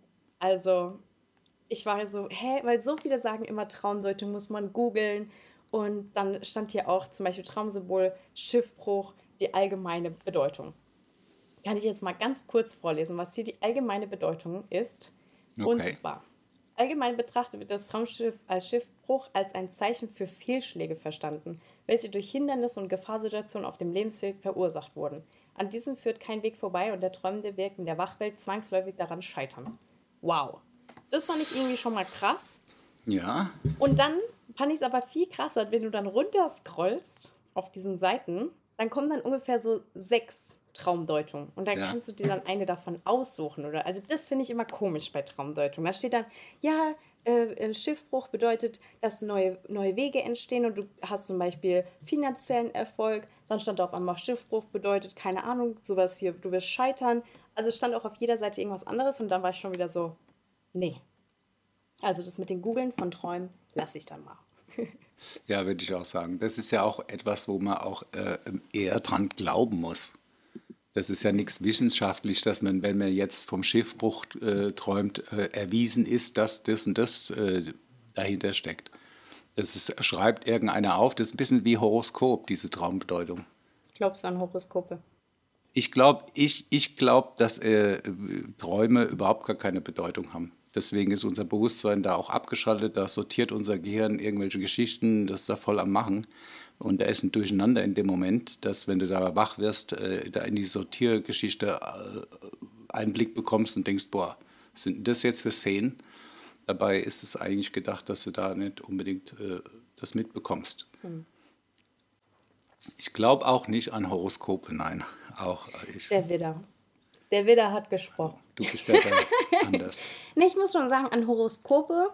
[SPEAKER 3] also ich war so, hä, weil so viele sagen immer Traumdeutung muss man googeln. Und dann stand hier auch zum Beispiel Traumsymbol, Schiffbruch, die allgemeine Bedeutung. Kann ich jetzt mal ganz kurz vorlesen, was hier die allgemeine Bedeutung ist. Und
[SPEAKER 2] Okay.
[SPEAKER 3] zwar, allgemein betrachtet wird das Traumschiff als Schiffbruch als ein Zeichen für Fehlschläge verstanden, welche durch Hindernisse und Gefahrsituationen auf dem Lebensweg verursacht wurden. An diesem führt kein Weg vorbei und der Träumende wirkt in der Wachwelt zwangsläufig daran scheitern. Wow. Das fand ich irgendwie schon mal krass.
[SPEAKER 2] Ja.
[SPEAKER 3] Und dann fand ich es aber viel krasser, wenn du dann runter scrollst auf diesen Seiten, dann kommen dann ungefähr so sechs Traumdeutungen. Und dann
[SPEAKER 2] Ja.
[SPEAKER 3] kannst du dir dann eine davon aussuchen, oder? Also das finde ich immer komisch bei Traumdeutung. Da steht dann, ja, äh, ein Schiffbruch bedeutet, dass neue, neue Wege entstehen und du hast zum Beispiel finanziellen Erfolg. Dann stand da auf einmal, Schiffbruch bedeutet, keine Ahnung, sowas hier, du wirst scheitern. Also es stand auch auf jeder Seite irgendwas anderes und dann war ich schon wieder so, nee. Also das mit den Googeln von Träumen lasse ich dann mal.
[SPEAKER 2] Ja, würde ich auch sagen. Das ist ja auch etwas, wo man auch äh, eher dran glauben muss. Das ist ja nichts wissenschaftlich, dass man, wenn man jetzt vom Schiffbruch äh, träumt, äh, erwiesen ist, dass das und das äh, dahinter steckt. Das ist, schreibt irgendeiner auf. Das ist ein bisschen wie Horoskop, diese Traumbedeutung.
[SPEAKER 3] Glaubst du an Horoskope?
[SPEAKER 2] Ich glaube, ich, ich glaub, dass äh, Träume überhaupt gar keine Bedeutung haben. Deswegen ist unser Bewusstsein da auch abgeschaltet, da sortiert unser Gehirn irgendwelche Geschichten, das ist da voll am Machen. Und da ist ein Durcheinander in dem Moment, dass wenn du da wach wirst, äh, da in die Sortiergeschichte äh, Einblick bekommst und denkst, boah, was sind denn das jetzt für Szenen? Dabei ist es eigentlich gedacht, dass du da nicht unbedingt äh, das mitbekommst. Ich glaube auch nicht an Horoskope, nein. Auch äh, ich,
[SPEAKER 3] Der Widder. Der Widder hat gesprochen.
[SPEAKER 2] du bist ja da anders.
[SPEAKER 3] Ne, ich muss schon sagen, an Horoskope,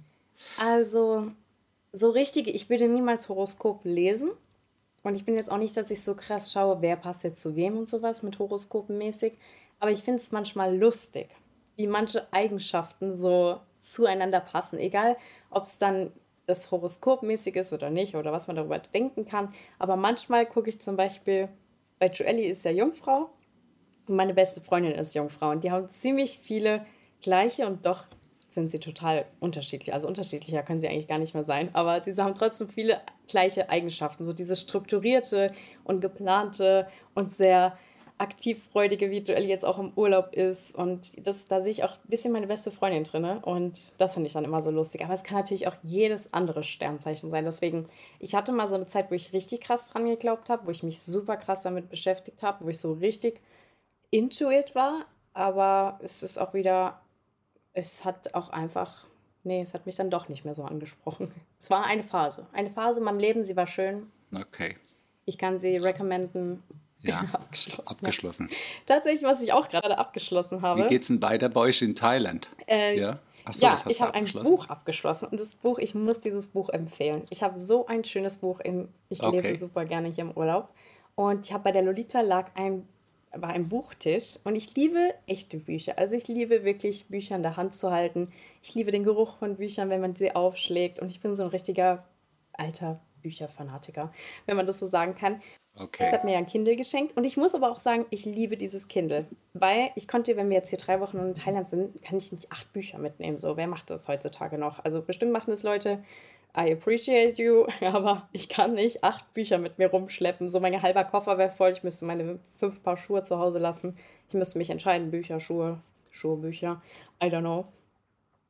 [SPEAKER 3] also so richtige, ich würde niemals Horoskop lesen. Und ich bin jetzt auch nicht, dass ich so krass schaue, wer passt jetzt zu wem und sowas mit Horoskopen mäßig. Aber ich finde es manchmal lustig, wie manche Eigenschaften so zueinander passen. Egal, ob es dann das Horoskop mäßig ist oder nicht oder was man darüber denken kann. Aber manchmal gucke ich zum Beispiel, bei Joelli ist ja Jungfrau und meine beste Freundin ist Jungfrau. Und die haben ziemlich viele gleiche und doch sind sie total unterschiedlich. Also unterschiedlicher können sie eigentlich gar nicht mehr sein. Aber sie haben trotzdem viele gleiche Eigenschaften. So dieses strukturierte und geplante und sehr aktivfreudige, wie Joelli jetzt auch im Urlaub ist. Und das, da sehe ich auch ein bisschen meine beste Freundin drin. Und das finde ich dann immer so lustig. Aber es kann natürlich auch jedes andere Sternzeichen sein. Deswegen, ich hatte mal so eine Zeit, wo ich richtig krass dran geglaubt habe, wo ich mich super krass damit beschäftigt habe, wo ich so richtig into it war. Aber es ist auch wieder, es hat auch einfach, nee, es hat mich dann doch nicht mehr so angesprochen. Es war eine Phase. Eine Phase in meinem Leben, sie war schön.
[SPEAKER 2] Okay,
[SPEAKER 3] Ich kann sie recommenden.
[SPEAKER 2] ja,
[SPEAKER 3] Abgeschlossen.
[SPEAKER 2] abgeschlossen.
[SPEAKER 3] Tatsächlich, was ich auch gerade abgeschlossen
[SPEAKER 2] Wie
[SPEAKER 3] habe.
[SPEAKER 2] geht's denn weiter bei euch in Thailand?
[SPEAKER 3] Äh,
[SPEAKER 2] Ja? Achso,
[SPEAKER 3] ja,
[SPEAKER 2] das hast
[SPEAKER 3] ich
[SPEAKER 2] du
[SPEAKER 3] habe ein
[SPEAKER 2] abgeschlossen.
[SPEAKER 3] Buch abgeschlossen und das Buch, ich muss dieses Buch empfehlen. Ich habe so ein schönes Buch, im, ich lese
[SPEAKER 2] Okay.
[SPEAKER 3] super gerne hier im Urlaub. Und ich habe bei der Lolita lag ein, war ein Buchtisch und ich liebe echte Bücher. Also ich liebe wirklich Bücher in der Hand zu halten. Ich liebe den Geruch von Büchern, wenn man sie aufschlägt. Und ich bin so ein richtiger alter Bücherfanatiker, wenn man das so sagen kann. Es
[SPEAKER 2] Okay.
[SPEAKER 3] hat mir ja ein Kindle geschenkt und ich muss aber auch sagen, ich liebe dieses Kindle, weil ich konnte, wenn wir jetzt hier drei Wochen in Thailand sind, kann ich nicht acht Bücher mitnehmen. So, wer macht das heutzutage noch? Also bestimmt machen das Leute, I appreciate you, aber ich kann nicht acht Bücher mit mir rumschleppen. So, mein halber Koffer wäre voll, ich müsste meine fünf Paar Schuhe zu Hause lassen. Ich müsste mich entscheiden, Bücher, Schuhe, Schuhe, Bücher, I don't know.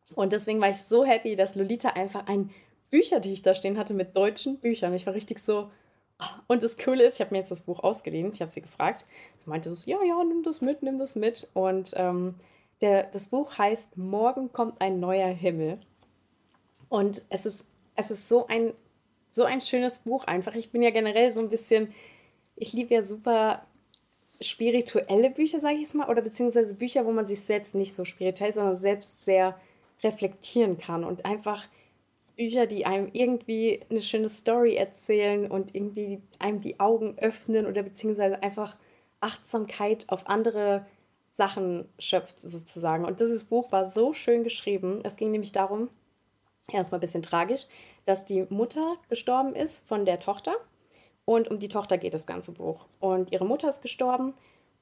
[SPEAKER 3] Und deswegen war ich so happy, dass Lolita einfach ein Bücherdichter stehen hatte mit deutschen Büchern. Ich war richtig so. Und das Coole ist, ich habe mir jetzt das Buch ausgeliehen. Ich habe sie gefragt. Sie meinte so, ja, ja, nimm das mit, nimm das mit. Und ähm, der, das Buch heißt Morgen kommt ein neuer Himmel. Und es ist, es ist so ein, so ein schönes Buch einfach. Ich bin ja generell so ein bisschen, ich liebe ja super spirituelle Bücher, sage ich jetzt mal, oder beziehungsweise Bücher, wo man sich selbst nicht so spirituell, sondern selbst sehr reflektieren kann und einfach Bücher, die einem irgendwie eine schöne Story erzählen und irgendwie einem die Augen öffnen oder beziehungsweise einfach Achtsamkeit auf andere Sachen schöpft sozusagen. Und dieses Buch war so schön geschrieben. Es ging nämlich darum, erstmal ein bisschen tragisch, dass die Mutter gestorben ist von der Tochter. Und um die Tochter geht das ganze Buch. Und ihre Mutter ist gestorben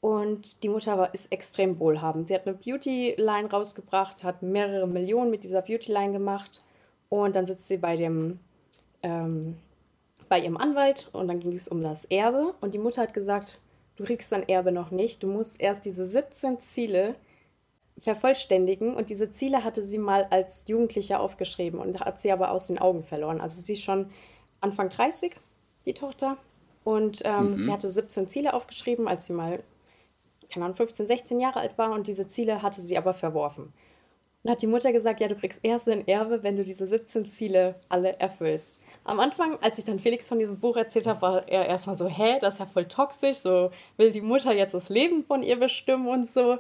[SPEAKER 3] und die Mutter war, ist extrem wohlhabend. Sie hat eine Beauty-Line rausgebracht, hat mehrere Millionen mit dieser Beauty-Line gemacht. Und dann sitzt sie bei dem, ähm, bei ihrem Anwalt und dann ging es um das Erbe. Und die Mutter hat gesagt, du kriegst dein Erbe noch nicht. Du musst erst diese siebzehn Ziele vervollständigen. Und diese Ziele hatte sie mal als Jugendliche aufgeschrieben und hat sie aber aus den Augen verloren. Also sie ist schon Anfang dreißig, die Tochter. Und ähm, sie
[SPEAKER 2] Mhm.
[SPEAKER 3] hatte siebzehn Ziele aufgeschrieben, als sie mal, keine Ahnung, fünfzehn, sechzehn Jahre alt war. Und diese Ziele hatte sie aber verworfen. Und hat die Mutter gesagt, ja, du kriegst erst ein Erbe, wenn du diese siebzehn Ziele alle erfüllst. Am Anfang, als ich dann Felix von diesem Buch erzählt habe, war er erstmal so, hä, das ist ja voll toxisch, so will die Mutter jetzt das Leben von ihr bestimmen und so.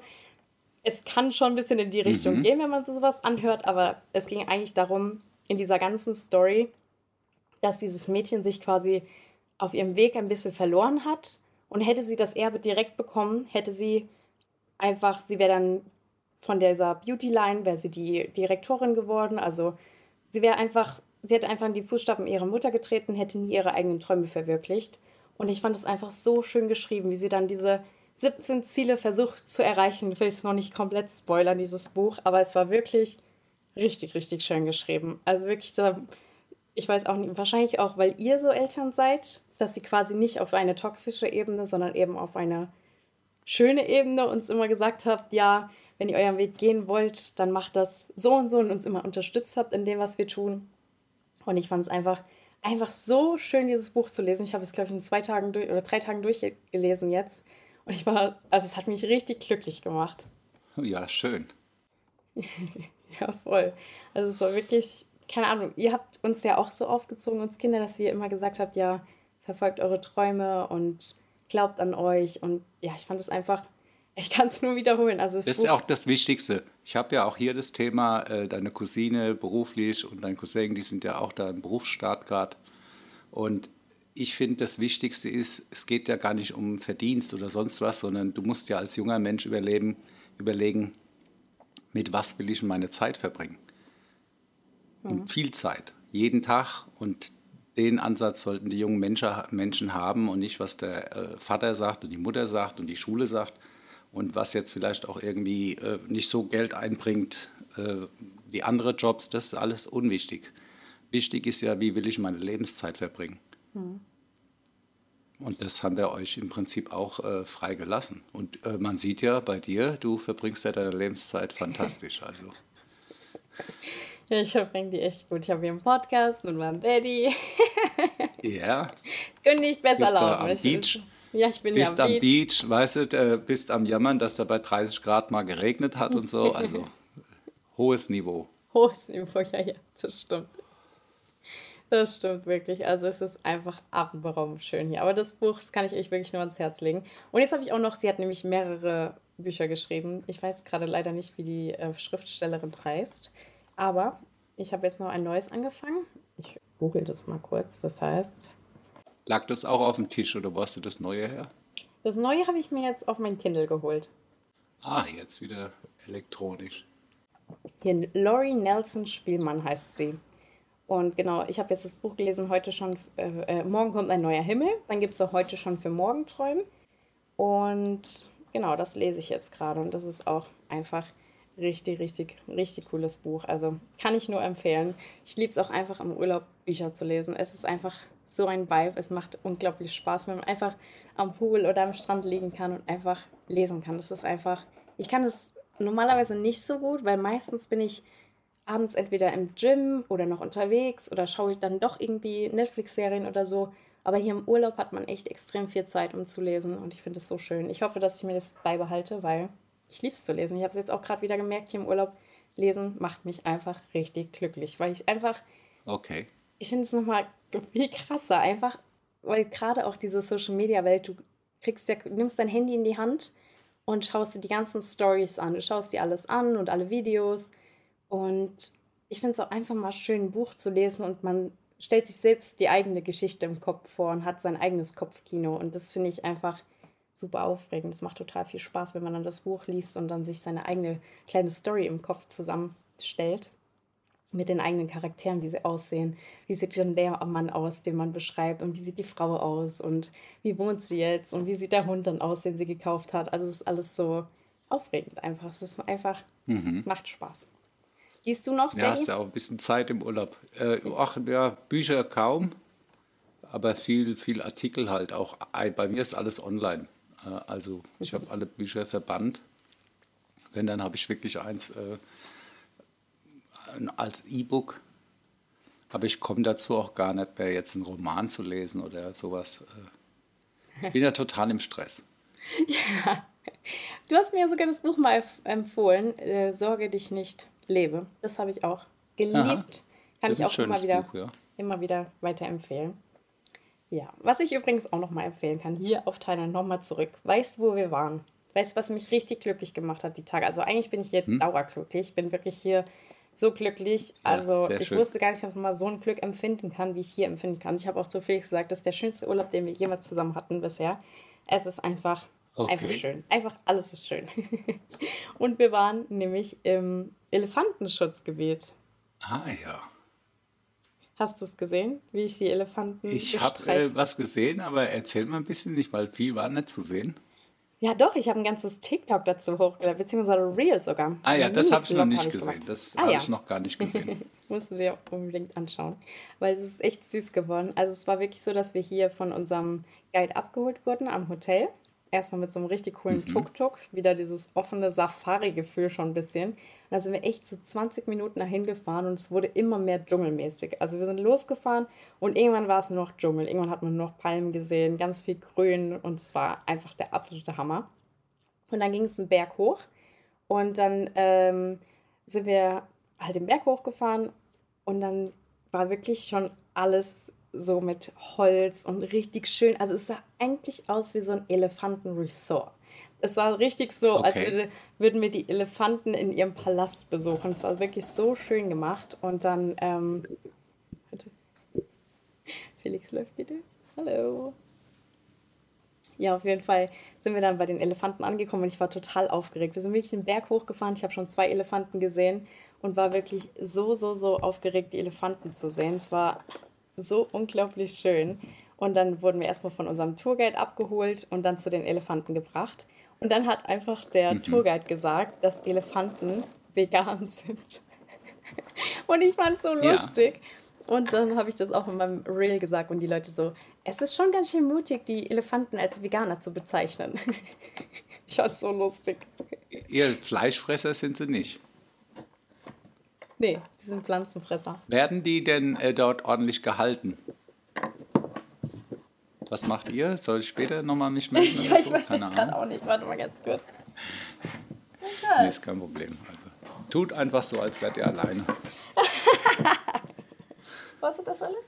[SPEAKER 3] Es kann schon ein bisschen in die Richtung
[SPEAKER 2] Mhm.
[SPEAKER 3] gehen, wenn man sowas anhört, aber es ging eigentlich darum, in dieser ganzen Story, dass dieses Mädchen sich quasi auf ihrem Weg ein bisschen verloren hat und hätte sie das Erbe direkt bekommen, hätte sie einfach, sie wäre dann von dieser Beauty-Line, wäre sie die Direktorin geworden, also sie wäre einfach, sie hätte einfach in die Fußstapfen ihrer Mutter getreten, hätte nie ihre eigenen Träume verwirklicht. Und ich fand es einfach so schön geschrieben, wie sie dann diese siebzehn Ziele versucht zu erreichen. Ich will es noch nicht komplett spoilern, dieses Buch, aber es war wirklich richtig, richtig schön geschrieben. Also wirklich, da, ich weiß auch nicht, wahrscheinlich auch, weil ihr so Eltern seid, dass sie quasi nicht auf eine toxische Ebene, sondern eben auf eine schöne Ebene uns immer gesagt habt, ja, wenn ihr euren Weg gehen wollt, dann macht das so und so und uns immer unterstützt habt in dem, was wir tun. Und ich fand es einfach, einfach so schön, dieses Buch zu lesen. Ich habe es, glaube ich, in zwei Tagen durch oder drei Tagen durchgelesen jetzt. Und ich war, also es hat mich richtig glücklich gemacht.
[SPEAKER 2] Ja, schön.
[SPEAKER 3] Ja, voll. Also es war wirklich, keine Ahnung, ihr habt uns ja auch so aufgezogen, uns Kinder, dass ihr immer gesagt habt, ja, verfolgt eure Träume und glaubt an euch. Und ja, ich fand es einfach, ich kann es nur wiederholen. Also das
[SPEAKER 2] Das ist ja
[SPEAKER 3] Buch,
[SPEAKER 2] auch das Wichtigste. Ich habe ja auch hier das Thema, äh, deine Cousine beruflich und dein Cousin, die sind ja auch da im Berufsstart gerade. Und ich finde, das Wichtigste ist, es geht ja gar nicht um Verdienst oder sonst was, sondern du musst ja als junger Mensch überleben, überlegen, mit was will ich meine Zeit verbringen. Und viel Zeit, jeden Tag. Und den Ansatz sollten die jungen Menschen, Menschen haben und nicht, was der äh, Vater sagt und die Mutter sagt und die Schule sagt. Und was jetzt vielleicht auch irgendwie äh, nicht so Geld einbringt äh, wie andere Jobs, das ist alles unwichtig. Wichtig ist ja, wie will ich meine Lebenszeit verbringen. Und das haben wir euch im Prinzip auch äh, frei gelassen. Und äh, man sieht ja bei dir, du verbringst ja deine Lebenszeit fantastisch. Also
[SPEAKER 3] ja, ich verbringe die echt gut. Ich habe hier einen Podcast mit meinem Daddy.
[SPEAKER 2] ja,
[SPEAKER 3] Könnte nicht besser
[SPEAKER 2] bist da
[SPEAKER 3] laufen.
[SPEAKER 2] am
[SPEAKER 3] Ich,
[SPEAKER 2] Beach,
[SPEAKER 3] ja, ich bin ja am
[SPEAKER 2] bist am
[SPEAKER 3] Beach.
[SPEAKER 2] Beach, weißt du, äh, bist am Jammern, dass da bei dreißig Grad mal geregnet hat und so. Also hohes Niveau.
[SPEAKER 3] Hohes Niveau, ja, ja, das stimmt. Das stimmt wirklich. Also es ist einfach atemberaubend schön hier. Aber das Buch, das kann ich euch wirklich nur ans Herz legen. Und jetzt habe ich auch noch, sie hat nämlich mehrere Bücher geschrieben. Ich weiß gerade leider nicht, wie die äh, Schriftstellerin heißt. Aber ich habe jetzt noch ein neues angefangen. Ich google das mal kurz. Das heißt,
[SPEAKER 2] Lag das auch auf dem Tisch oder wo hast du das Neue her?
[SPEAKER 3] das Neue habe ich mir jetzt auf mein Kindle geholt.
[SPEAKER 2] Ah, jetzt wieder elektronisch.
[SPEAKER 3] Hier, Laurie Nelson Spielmann heißt sie. Und genau, ich habe jetzt das Buch gelesen, heute schon, äh, äh, morgen kommt ein neuer Himmel. Dann gibt es auch heute schon für Morgenträumen. Und genau, das lese ich jetzt gerade. Und das ist auch einfach richtig, richtig, richtig cooles Buch. Also kann ich nur empfehlen. Ich liebe es auch einfach im Urlaub, Bücher zu lesen. Es ist einfach so ein Vibe. Es macht unglaublich Spaß, wenn man einfach am Pool oder am Strand liegen kann und einfach lesen kann. Das ist einfach, ich kann das normalerweise nicht so gut, weil meistens bin ich abends entweder im Gym oder noch unterwegs oder schaue ich dann doch irgendwie Netflix-Serien oder so. Aber hier im Urlaub hat man echt extrem viel Zeit, um zu lesen und ich finde es so schön. Ich hoffe, dass ich mir das beibehalte, weil ich liebe es zu lesen. Ich habe es jetzt auch gerade wieder gemerkt, hier im Urlaub, lesen macht mich einfach richtig glücklich, weil ich einfach,
[SPEAKER 2] Okay.
[SPEAKER 3] ich finde es nochmal viel krasser, einfach, weil gerade auch diese Social-Media-Welt, du kriegst ja, nimmst dein Handy in die Hand und schaust dir die ganzen Stories an. Du schaust dir alles an und alle Videos. Und ich finde es auch einfach mal schön, ein Buch zu lesen und man stellt sich selbst die eigene Geschichte im Kopf vor und hat sein eigenes Kopfkino. Und das finde ich einfach super aufregend. Es macht total viel Spaß, wenn man dann das Buch liest und dann sich seine eigene kleine Story im Kopf zusammenstellt. Mit den eigenen Charakteren, wie sie aussehen. Wie sieht denn der Mann aus, den man beschreibt? Und wie sieht die Frau aus? Und wie wohnt sie jetzt? Und wie sieht der Hund dann aus, den sie gekauft hat? Also es ist alles so aufregend einfach. Es ist einfach,
[SPEAKER 2] Mhm.
[SPEAKER 3] macht Spaß. Liest du noch,
[SPEAKER 2] Ja,
[SPEAKER 3] Daddy?
[SPEAKER 2] hast ja auch ein bisschen Zeit im Urlaub. Äh, ach, ja, Bücher kaum, aber viel, viel Artikel halt auch. Ei, Bei mir ist alles online. Äh, also ich habe alle Bücher verbannt. Wenn, dann habe ich wirklich eins äh, als E-Book. Aber ich komme dazu auch gar nicht mehr, jetzt einen Roman zu lesen oder sowas. Äh, Ich bin ja total im Stress.
[SPEAKER 3] Du hast mir ja sogar das Buch mal empf- empfohlen, äh, Sorge dich nicht, lebe. Das habe ich auch
[SPEAKER 2] Aha,
[SPEAKER 3] geliebt. Kann
[SPEAKER 2] das ist
[SPEAKER 3] ich
[SPEAKER 2] ein
[SPEAKER 3] auch immer
[SPEAKER 2] schönes
[SPEAKER 3] wieder,
[SPEAKER 2] Buch, ja.
[SPEAKER 3] immer wieder weiterempfehlen. Ja, was ich übrigens auch nochmal empfehlen kann, hier auf Thailand nochmal zurück. Weißt du, wo wir waren? Weißt du, was mich richtig glücklich gemacht hat, die Tage? Also eigentlich bin ich hier
[SPEAKER 2] Hm?
[SPEAKER 3] dauerglücklich. Ich bin wirklich hier so glücklich.
[SPEAKER 2] Ja,
[SPEAKER 3] Also
[SPEAKER 2] sehr
[SPEAKER 3] ich
[SPEAKER 2] schön.
[SPEAKER 3] wusste gar nicht, dass man mal so ein Glück empfinden kann, wie ich hier empfinden kann. Ich habe auch zu Felix gesagt, das ist der schönste Urlaub, den wir jemals zusammen hatten bisher. Es ist einfach, einfach
[SPEAKER 2] Okay.
[SPEAKER 3] schön. Einfach alles ist schön. Und wir waren nämlich im Elefantenschutzgebiet.
[SPEAKER 2] Ah ja.
[SPEAKER 3] Hast du es gesehen, wie ich die Elefanten
[SPEAKER 2] Ich habe äh,
[SPEAKER 3] bestreiche?
[SPEAKER 2] was gesehen, aber erzähl mal ein bisschen, nicht, weil viel war nicht zu sehen.
[SPEAKER 3] Ja, doch, ich habe ein ganzes TikTok dazu hochgeladen, beziehungsweise Reel sogar.
[SPEAKER 2] Ah ja,
[SPEAKER 3] Ein
[SPEAKER 2] das habe ich noch
[SPEAKER 3] Mini-Vlog habe
[SPEAKER 2] nicht
[SPEAKER 3] ich gemacht.
[SPEAKER 2] gesehen. Das
[SPEAKER 3] Ah
[SPEAKER 2] habe
[SPEAKER 3] ja,
[SPEAKER 2] ich noch gar nicht gesehen.
[SPEAKER 3] musst du dir unbedingt anschauen, weil es ist echt süß geworden. Also es war wirklich so, dass wir hier von unserem Guide abgeholt wurden am Hotel. Erstmal mit so einem richtig coolen
[SPEAKER 2] Mhm.
[SPEAKER 3] Tuk-Tuk, wieder dieses offene Safari-Gefühl schon ein bisschen. Und da sind wir echt so zwanzig Minuten dahin gefahren und es wurde immer mehr dschungelmäßig. Also wir sind losgefahren und irgendwann war es nur noch Dschungel. Irgendwann hat man nur noch Palmen gesehen, ganz viel Grün und es war einfach der absolute Hammer. Und dann ging es einen Berg hoch und dann ähm, sind wir halt den Berg hochgefahren und dann war wirklich schon alles so mit Holz und richtig schön. Also es sah eigentlich aus wie so ein Elefantenresort. Es war richtig so, als
[SPEAKER 2] Okay.
[SPEAKER 3] würde, würden wir die Elefanten in ihrem Palast besuchen. Es war wirklich so schön gemacht. Und dann, ähm, warte, Felix läuft wieder. Hallo. Ja, auf jeden Fall sind wir dann bei den Elefanten angekommen und ich war total aufgeregt. Wir sind wirklich den Berg hochgefahren. Ich habe schon zwei Elefanten gesehen und war wirklich so, so, so aufgeregt, die Elefanten zu sehen. Es war so unglaublich schön. Und dann wurden wir erstmal von unserem Tourguide abgeholt und dann zu den Elefanten gebracht. Und dann hat einfach der
[SPEAKER 2] Mhm.
[SPEAKER 3] Tourguide gesagt, dass Elefanten vegan sind. Und ich fand es so
[SPEAKER 2] Ja.
[SPEAKER 3] lustig. Und dann habe ich das auch in meinem Reel gesagt und die Leute so, es ist schon ganz schön mutig, die Elefanten als Veganer zu bezeichnen. Ich fand es so lustig.
[SPEAKER 2] Ihr Fleischfresser sind sie nicht.
[SPEAKER 3] Nee, die sind Pflanzenfresser.
[SPEAKER 2] Werden die denn äh, dort ordentlich gehalten? Was macht ihr? Soll ich später nochmal mich melden
[SPEAKER 3] Ja,
[SPEAKER 2] oder
[SPEAKER 3] ich
[SPEAKER 2] so?
[SPEAKER 3] weiß
[SPEAKER 2] Keine
[SPEAKER 3] jetzt gerade
[SPEAKER 2] Ahnung.
[SPEAKER 3] auch nicht. Warte mal ganz kurz.
[SPEAKER 2] Nee, ist kein Problem. Also, tut einfach so, als wärt ihr alleine.
[SPEAKER 3] Warst du das alles?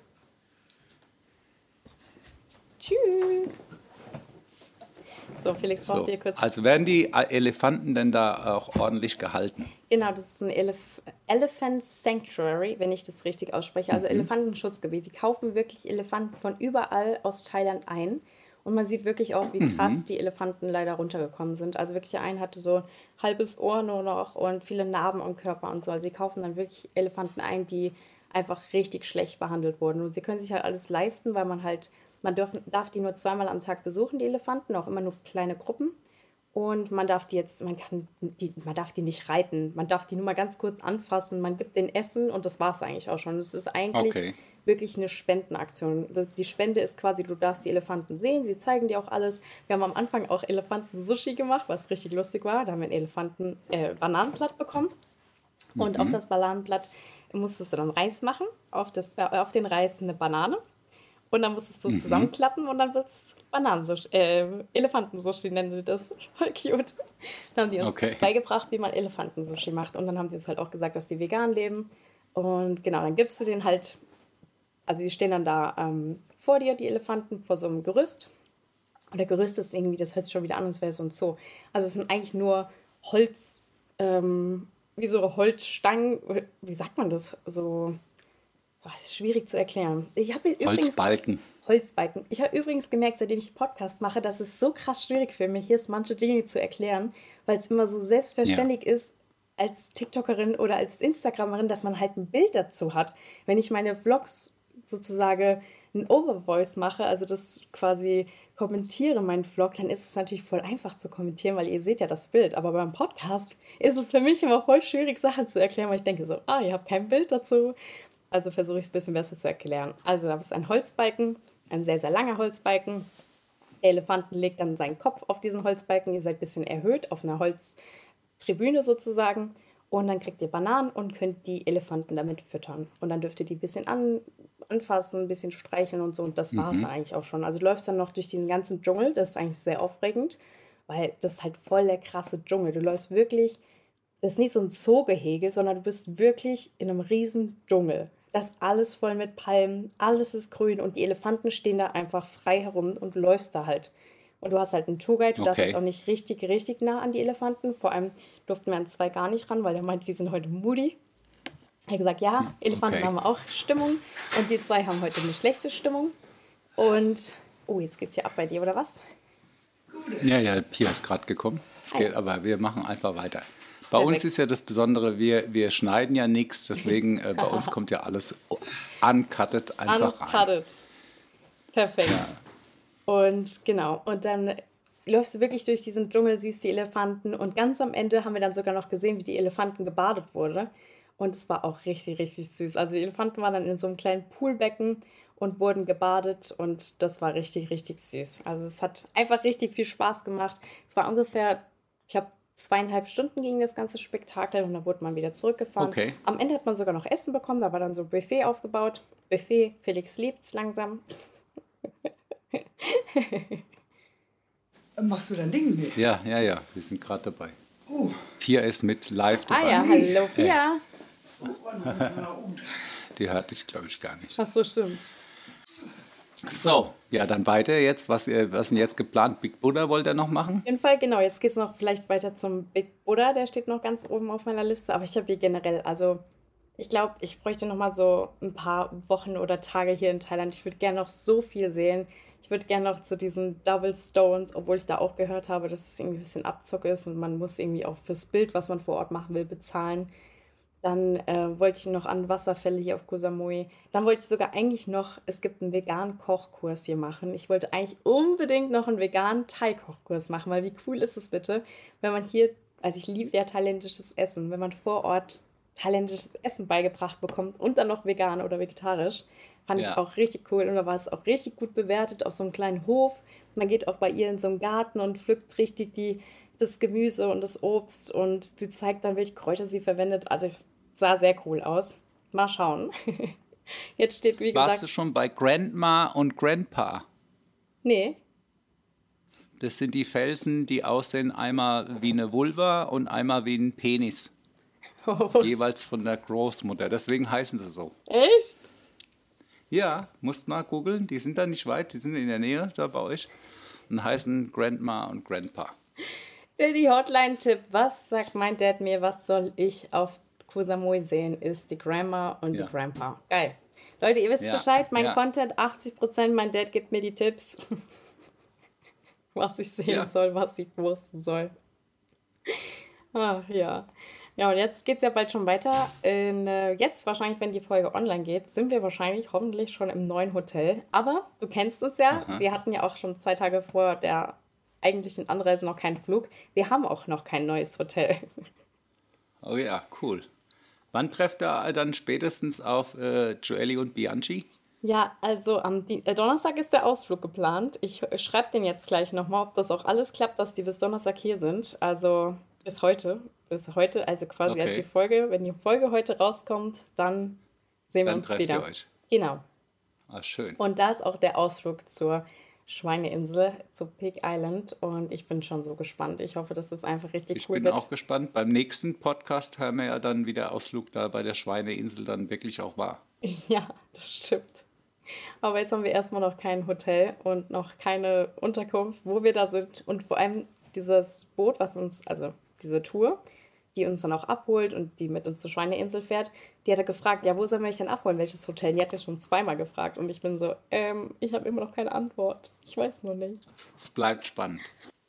[SPEAKER 3] Tschüss. So, Felix braucht
[SPEAKER 2] So.
[SPEAKER 3] dir kurz.
[SPEAKER 2] Also werden die äh, Elefanten denn da auch ordentlich gehalten?
[SPEAKER 3] Genau, das ist ein Elef Elephant Sanctuary, wenn ich das richtig ausspreche. Also
[SPEAKER 2] Mhm.
[SPEAKER 3] Elefantenschutzgebiet. Die kaufen wirklich Elefanten von überall aus Thailand ein. Und man sieht wirklich auch, wie krass
[SPEAKER 2] Mhm.
[SPEAKER 3] die Elefanten leider runtergekommen sind. Also wirklich, der eine hatte so ein halbes Ohr nur noch und viele Narben am Körper und so. Also sie kaufen dann wirklich Elefanten ein, die einfach richtig schlecht behandelt wurden. Und sie können sich halt alles leisten, weil man halt, man darf, darf die nur zweimal am Tag besuchen, die Elefanten, auch immer nur kleine Gruppen. Und man darf die jetzt, man kann die, man darf die nicht reiten, man darf die nur mal ganz kurz anfassen, man gibt denen Essen und das war es eigentlich auch schon. Es ist eigentlich
[SPEAKER 2] Okay.
[SPEAKER 3] wirklich eine Spendenaktion. Das- Die Spende ist quasi, du darfst die Elefanten sehen, sie zeigen dir auch alles. Wir haben am Anfang auch Elefanten-Sushi gemacht, was richtig lustig war. Da haben wir einen Elefanten äh, Bananenblatt bekommen. Und auf das Bananenblatt musstest du dann Reis machen, auf, das, äh, auf den Reis eine Banane. Und dann musstest du es zusammenklappen und dann wird es Bananensushi, äh, Elefantensushi nennen die das. Voll cute. Dann haben die uns
[SPEAKER 2] Okay.
[SPEAKER 3] beigebracht, wie man Elefantensushi macht. Und dann haben sie uns halt auch gesagt, dass die vegan leben. Und genau, dann gibst du den halt, also die stehen dann da ähm, vor dir, die Elefanten, vor so einem Gerüst. Und der Gerüst ist irgendwie, das hört sich schon wieder an, als wäre es so ein Zoo. Also es sind eigentlich nur Holz, ähm, wie so Holzstangen, oder wie sagt man das? So, oh, es ist schwierig zu erklären. Ich habe übrigens
[SPEAKER 2] Holzbalken.
[SPEAKER 3] Holzbalken. Ich habe übrigens gemerkt, seitdem ich Podcast mache, dass es so krass schwierig für mich ist, manche Dinge zu erklären, weil es immer so selbstverständlich ist, als TikTokerin oder als Instagramerin, dass man halt ein Bild dazu hat. Wenn ich meine Vlogs sozusagen ein Overvoice mache, also das quasi kommentiere meinen Vlog, dann ist es natürlich voll einfach zu kommentieren, weil ihr seht ja das Bild. Aber beim Podcast ist es für mich immer voll schwierig, Sachen zu erklären, weil ich denke so, ah, ihr habt kein Bild dazu. Also versuche ich es ein bisschen besser zu erklären. Also da ist ein Holzbalken, ein sehr, sehr langer Holzbalken. Der Elefanten legt dann seinen Kopf auf diesen Holzbalken. Ihr seid ein bisschen erhöht auf einer Holztribüne sozusagen. Und dann kriegt ihr Bananen und könnt die Elefanten damit füttern. Und dann dürft ihr die ein bisschen an, anfassen, ein bisschen streicheln und so. Und das war es dann eigentlich auch schon. Also du läufst dann noch durch diesen ganzen Dschungel. Das ist eigentlich sehr aufregend, weil das ist halt voll der krasse Dschungel. Du läufst wirklich, das ist nicht so ein Zoogehege, sondern du bist wirklich in einem riesen Dschungel. Das ist alles voll mit Palmen, alles ist grün und die Elefanten stehen da einfach frei herum und du läufst da halt. Und du hast halt einen Tourguide, du darfst
[SPEAKER 2] Okay.
[SPEAKER 3] jetzt auch nicht richtig, richtig nah an die Elefanten. Vor allem durften wir an zwei gar nicht ran, weil der meinte, die sind heute moody. Er hat gesagt, ja, Elefanten
[SPEAKER 2] Okay.
[SPEAKER 3] haben auch Stimmung und die zwei haben heute eine schlechte Stimmung. Und, oh, jetzt geht's hier ab bei dir, oder was?
[SPEAKER 2] Ja, ja, Pia ist gerade gekommen. Es geht, aber wir machen einfach weiter. Bei uns
[SPEAKER 3] Perfekt.
[SPEAKER 2] ist ja das Besondere, wir, wir schneiden ja nichts, deswegen äh, bei uns kommt ja alles uncutted einfach rein.
[SPEAKER 3] Uncutted. Perfekt. Und genau, und dann läufst du wirklich durch diesen Dschungel, siehst die Elefanten und ganz am Ende haben wir dann sogar noch gesehen, wie die Elefanten gebadet wurde. Und es war auch richtig, richtig süß. Also die Elefanten waren dann in so einem kleinen Poolbecken und wurden gebadet und das war richtig, richtig süß. Also es hat einfach richtig viel Spaß gemacht. Es war ungefähr, ich glaube, zweieinhalb Stunden ging das ganze Spektakel und dann wurde man wieder zurückgefahren.
[SPEAKER 2] Okay.
[SPEAKER 3] Am Ende hat man sogar noch Essen bekommen, da war dann so ein Buffet aufgebaut. Buffet, Felix liebt's langsam.
[SPEAKER 4] Machst du dein Ding? Nee.
[SPEAKER 2] Ja, ja, ja, wir sind gerade dabei.
[SPEAKER 4] Oh,
[SPEAKER 2] Pia ist mit live
[SPEAKER 3] Ah
[SPEAKER 2] dabei.
[SPEAKER 3] ja, hallo Pia.
[SPEAKER 4] oh, warte mal, na, oh.
[SPEAKER 2] Die hört dich, glaube ich, gar nicht.
[SPEAKER 3] Ach so, stimmt.
[SPEAKER 2] So, ja, dann weiter jetzt. Was, äh, was ist denn jetzt geplant? Big Buddha wollt ihr noch machen?
[SPEAKER 3] Auf jeden Fall, genau. Jetzt geht es noch vielleicht weiter zum Big Buddha. Der steht noch ganz oben auf meiner Liste. Aber ich habe hier generell, also ich glaube, ich bräuchte noch mal so ein paar Wochen oder Tage hier in Thailand. Ich würde gerne noch so viel sehen. Ich würde gerne noch zu diesen Double Stones, obwohl ich da auch gehört habe, dass es irgendwie ein bisschen Abzock ist und man muss irgendwie auch fürs Bild, was man vor Ort machen will, bezahlen. Dann äh, wollte ich noch an Wasserfälle hier auf Koh Samui. Dann wollte ich sogar eigentlich noch, es gibt einen veganen Kochkurs hier machen. Ich wollte eigentlich unbedingt noch einen veganen Thai-Kochkurs machen, weil wie cool ist es bitte, wenn man hier, also ich liebe ja thailändisches Essen, wenn man vor Ort thailändisches Essen beigebracht bekommt und dann noch vegan oder vegetarisch. Fand
[SPEAKER 2] Ja.
[SPEAKER 3] ich auch richtig cool und da war es auch richtig gut bewertet auf so einem kleinen Hof. Man geht auch bei ihr in so einen Garten und pflückt richtig die, das Gemüse und das Obst und sie zeigt dann, welche Kräuter sie verwendet. Also sah sehr cool aus. Mal schauen. Jetzt steht, wie
[SPEAKER 2] Warst du
[SPEAKER 3] gesagt,
[SPEAKER 2] schon bei Grandma und Grandpa?
[SPEAKER 3] nee.
[SPEAKER 2] Das sind die Felsen, die aussehen einmal wie eine Vulva und einmal wie ein Penis. Jeweils von der Großmutter. Deswegen heißen sie so.
[SPEAKER 3] Echt?
[SPEAKER 2] Ja, musst mal googeln. Die sind da nicht weit, die sind in der Nähe da bei euch und heißen Grandma und Grandpa.
[SPEAKER 3] Daddy Hotline-Tipp. Was sagt mein Dad mir? Was soll ich auf Koh Samui sehen? Ist die Grandma und
[SPEAKER 2] Ja.
[SPEAKER 3] die Grandpa. Geil. Leute, ihr wisst
[SPEAKER 2] Ja,
[SPEAKER 3] Bescheid. Mein
[SPEAKER 2] ja.
[SPEAKER 3] Content achtzig Prozent. Mein Dad gibt mir die Tipps, was ich sehen
[SPEAKER 2] Ja.
[SPEAKER 3] soll, was ich posten soll. Ah, ja. Ja, und jetzt geht es ja bald schon weiter. In, äh, jetzt wahrscheinlich, wenn die Folge online geht, sind wir wahrscheinlich hoffentlich schon im neuen Hotel. Aber du kennst es ja,
[SPEAKER 2] Aha.
[SPEAKER 3] wir hatten ja auch schon zwei Tage vor der eigentlichen Anreise noch keinen Flug. Wir haben auch noch kein neues Hotel.
[SPEAKER 2] Oh ja, cool. Wann trefft ihr dann spätestens auf äh, Joelli und Bianchi?
[SPEAKER 3] Ja, also am Di- äh, Donnerstag ist der Ausflug geplant. Ich äh, schreibe den jetzt gleich nochmal, ob das auch alles klappt, dass die bis Donnerstag hier sind. Also bis heute. bis heute, also quasi als die
[SPEAKER 2] Okay,
[SPEAKER 3] Folge, wenn die Folge heute rauskommt, dann sehen wir
[SPEAKER 2] dann
[SPEAKER 3] uns
[SPEAKER 2] trefft ihr
[SPEAKER 3] wieder.
[SPEAKER 2] euch.
[SPEAKER 3] Genau.
[SPEAKER 2] Ah, schön.
[SPEAKER 3] Und da ist auch der Ausflug zur Schweineinsel, zu Pig Island. Und ich bin schon so gespannt. Ich hoffe, dass das einfach richtig
[SPEAKER 2] Ich
[SPEAKER 3] cool
[SPEAKER 2] bin auch
[SPEAKER 3] wird.
[SPEAKER 2] gespannt. Beim nächsten Podcast hören wir ja dann, wie der Ausflug da bei der Schweineinsel dann wirklich auch war.
[SPEAKER 3] Ja, das stimmt. Aber jetzt haben wir erstmal noch kein Hotel und noch keine Unterkunft, wo wir da sind. Und vor allem dieses Boot, was uns, also diese Tour, die uns dann auch abholt und die mit uns zur Schweineinsel fährt, die hat er gefragt, ja, wo sollen wir euch denn abholen? Welches Hotel? Die hat ja schon zweimal gefragt. Und ich bin so, ähm, ich habe immer noch keine Antwort. Ich weiß noch nicht.
[SPEAKER 2] Es bleibt spannend.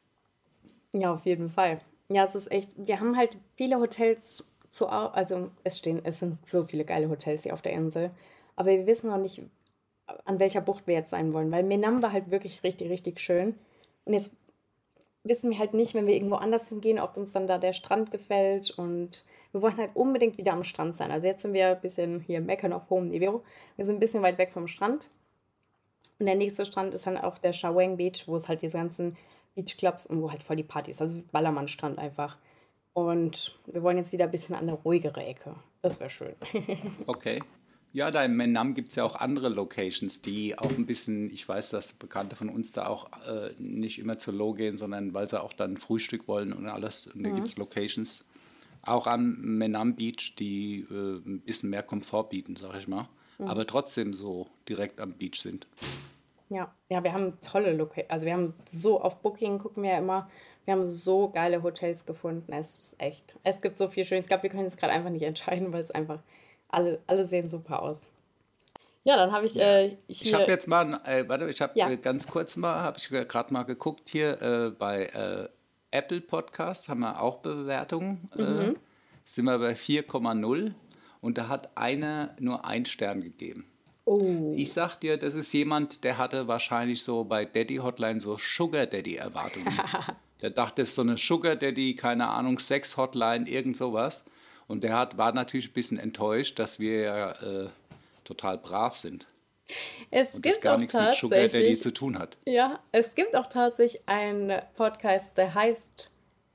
[SPEAKER 3] Ja, auf jeden Fall. Ja, es ist echt, wir haben halt viele Hotels zu, Au- also es stehen, es sind so viele geile Hotels hier auf der Insel. Aber wir wissen noch nicht, an welcher Bucht wir jetzt sein wollen, weil Menam war halt wirklich richtig, richtig schön. Und jetzt wissen wir halt nicht, wenn wir irgendwo anders hingehen, ob uns dann da der Strand gefällt. Und wir wollen halt unbedingt wieder am Strand sein. Also jetzt sind wir ein bisschen hier Meckern auf hohem Niveau. Wir sind ein bisschen weit weg vom Strand. Und der nächste Strand ist dann auch der Shawang Beach, wo es halt diese ganzen Beachclubs und wo halt voll die Partys, also Ballermann-Strand einfach. Und wir wollen jetzt wieder ein bisschen an eine ruhigere Ecke. Das wäre schön.
[SPEAKER 2] Okay. Ja, da in Menam gibt es ja auch andere Locations, die auch ein bisschen, ich weiß, dass Bekannte von uns da auch äh, nicht immer zur Low gehen, sondern weil sie auch dann Frühstück wollen und alles. Und da gibt es Locations, auch am Menam Beach, die äh, ein bisschen mehr Komfort bieten, sag ich mal. Aber trotzdem so direkt am Beach sind.
[SPEAKER 3] Ja, ja, wir haben tolle Locations. Also wir haben so, auf Booking gucken wir ja immer, wir haben so geile Hotels gefunden. Es ist echt, es gibt so viel Schönes. Ich glaube, wir können es gerade einfach nicht entscheiden, weil es einfach, alle, alle sehen super aus. Ja, dann habe ich äh,
[SPEAKER 2] Ich habe
[SPEAKER 3] hier,
[SPEAKER 2] jetzt mal, äh, warte, ich habe
[SPEAKER 3] ja,
[SPEAKER 2] äh, ganz kurz mal, habe ich gerade mal geguckt hier äh, bei äh, Apple Podcast, haben wir auch Bewertungen. Äh, sind wir bei vier Komma null und da hat einer nur einen Stern gegeben.
[SPEAKER 3] oh,
[SPEAKER 2] Ich sag dir, das ist jemand, der hatte wahrscheinlich so bei Daddy Hotline so Sugar Daddy Erwartungen. Der dachte, es ist so eine Sugar Daddy, keine Ahnung, Sex Hotline, irgend sowas. Und der hat, war natürlich ein bisschen enttäuscht, dass wir ja äh, total brav sind
[SPEAKER 3] es
[SPEAKER 2] und das
[SPEAKER 3] gibt
[SPEAKER 2] gar
[SPEAKER 3] auch
[SPEAKER 2] nichts mit Sugar Daddy
[SPEAKER 3] tatsächlich,
[SPEAKER 2] zu tun hat.
[SPEAKER 3] ja, es gibt auch tatsächlich einen Podcast, der heißt,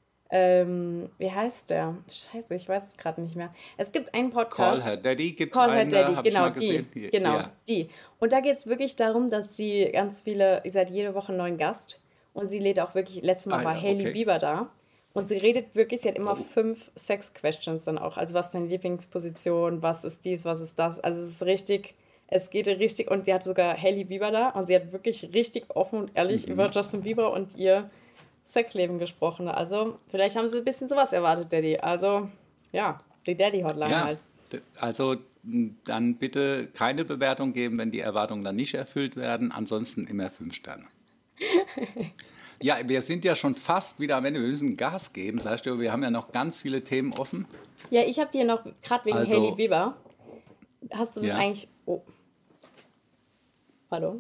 [SPEAKER 3] ähm, wie heißt der? Scheiße, ich weiß es gerade nicht mehr. Es gibt einen
[SPEAKER 2] Call Her
[SPEAKER 3] Podcast,
[SPEAKER 2] Daddy gibt es
[SPEAKER 3] Call Her
[SPEAKER 2] einen, da
[SPEAKER 3] Daddy,
[SPEAKER 2] habe ich
[SPEAKER 3] genau
[SPEAKER 2] mal
[SPEAKER 3] die,
[SPEAKER 2] gesehen. Hier,
[SPEAKER 3] genau
[SPEAKER 2] ja,
[SPEAKER 3] die. Und da geht es wirklich darum, dass sie ganz viele, ihr seid jede Woche einen neuen Gast und sie lädt auch wirklich, letztes Mal
[SPEAKER 2] ah
[SPEAKER 3] war
[SPEAKER 2] ja,
[SPEAKER 3] Hailey
[SPEAKER 2] okay.
[SPEAKER 3] Bieber da und sie redet wirklich, sie hat immer
[SPEAKER 2] Oh,
[SPEAKER 3] fünf Sex-Questions dann auch, also was ist deine Lieblingsposition, was ist dies, was ist das, also es ist richtig, es geht ihr richtig und sie hat sogar Hailey Bieber da und sie hat wirklich richtig offen und ehrlich über Justin Bieber und ihr Sexleben gesprochen. Also, vielleicht haben sie ein bisschen sowas erwartet, Daddy. Also, ja, die Daddy-Hotline
[SPEAKER 2] ja,
[SPEAKER 3] halt.
[SPEAKER 2] d- also m, dann bitte keine Bewertung geben, wenn die Erwartungen dann nicht erfüllt werden. Ansonsten immer fünf Sterne. Ja, wir sind ja schon fast wieder am Ende. Wir müssen Gas geben, sagst du. Wir haben ja noch ganz viele Themen offen.
[SPEAKER 3] Ja, ich habe hier noch, gerade wegen Hailey
[SPEAKER 2] Also,
[SPEAKER 3] Bieber, hast du das
[SPEAKER 2] ja,
[SPEAKER 3] eigentlich. Oh, pardon.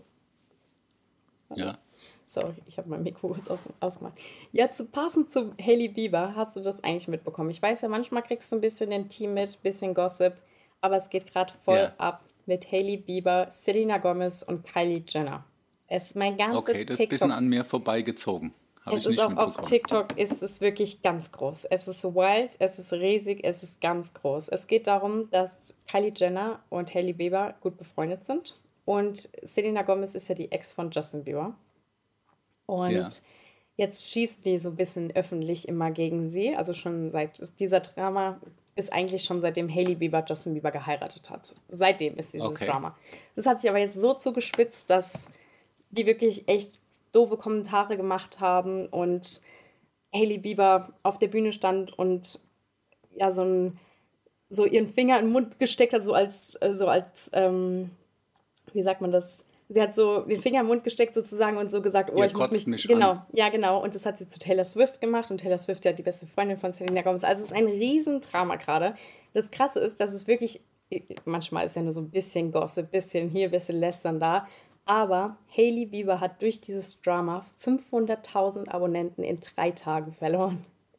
[SPEAKER 2] ja.
[SPEAKER 3] Sorry, ich habe mein Mikro kurz auf, ausgemacht. Ja, zu passend zu Hailey Bieber hast du das eigentlich mitbekommen. Ich weiß ja, manchmal kriegst du ein bisschen den Team mit, ein bisschen Gossip, aber es geht gerade voll
[SPEAKER 2] Ja,
[SPEAKER 3] ab mit Hailey Bieber, Selena Gomez und Kylie Jenner. Es mein ganzer
[SPEAKER 2] okay, das ist ein bisschen
[SPEAKER 3] TikTok,
[SPEAKER 2] an mir vorbeigezogen. Habe
[SPEAKER 3] es
[SPEAKER 2] ich
[SPEAKER 3] ist
[SPEAKER 2] nicht
[SPEAKER 3] auch auf
[SPEAKER 2] mitbekommen.
[SPEAKER 3] TikTok, ist es wirklich ganz groß. Es ist wild, es ist riesig, es ist ganz groß. Es geht darum, dass Kylie Jenner und Hailey Bieber gut befreundet sind. Und Selena Gomez ist ja die Ex von Justin Bieber.
[SPEAKER 2] Ja,
[SPEAKER 3] Und jetzt schießen die so ein bisschen öffentlich immer gegen sie. Also schon seit dieser Drama ist eigentlich schon seitdem Hailey Bieber Justin Bieber geheiratet hat. Seitdem ist dieses
[SPEAKER 2] okay.
[SPEAKER 3] Drama. Das hat sich aber jetzt so zugespitzt, dass die wirklich echt doofe Kommentare gemacht haben und Hailey Bieber auf der Bühne stand und ja so ein so ihren Finger in den Mund gesteckt hat, so als äh, so als ähm, wie sagt man das? Sie hat so den Finger im Mund gesteckt sozusagen und so gesagt, oh,
[SPEAKER 2] Ihr
[SPEAKER 3] ich muss
[SPEAKER 2] kotzt
[SPEAKER 3] mich,
[SPEAKER 2] mich an.
[SPEAKER 3] genau, ja genau. Und das hat sie zu Taylor Swift gemacht und Taylor Swift ist ja die beste Freundin von Selena Gomez. Also es ist ein Riesendrama gerade. Das Krasse ist, dass es wirklich, manchmal ist ja nur so ein bisschen Gossip, bisschen hier, bisschen lästern da. Aber Hailey Bieber hat durch dieses Drama fünfhunderttausend Abonnenten in drei Tagen verloren.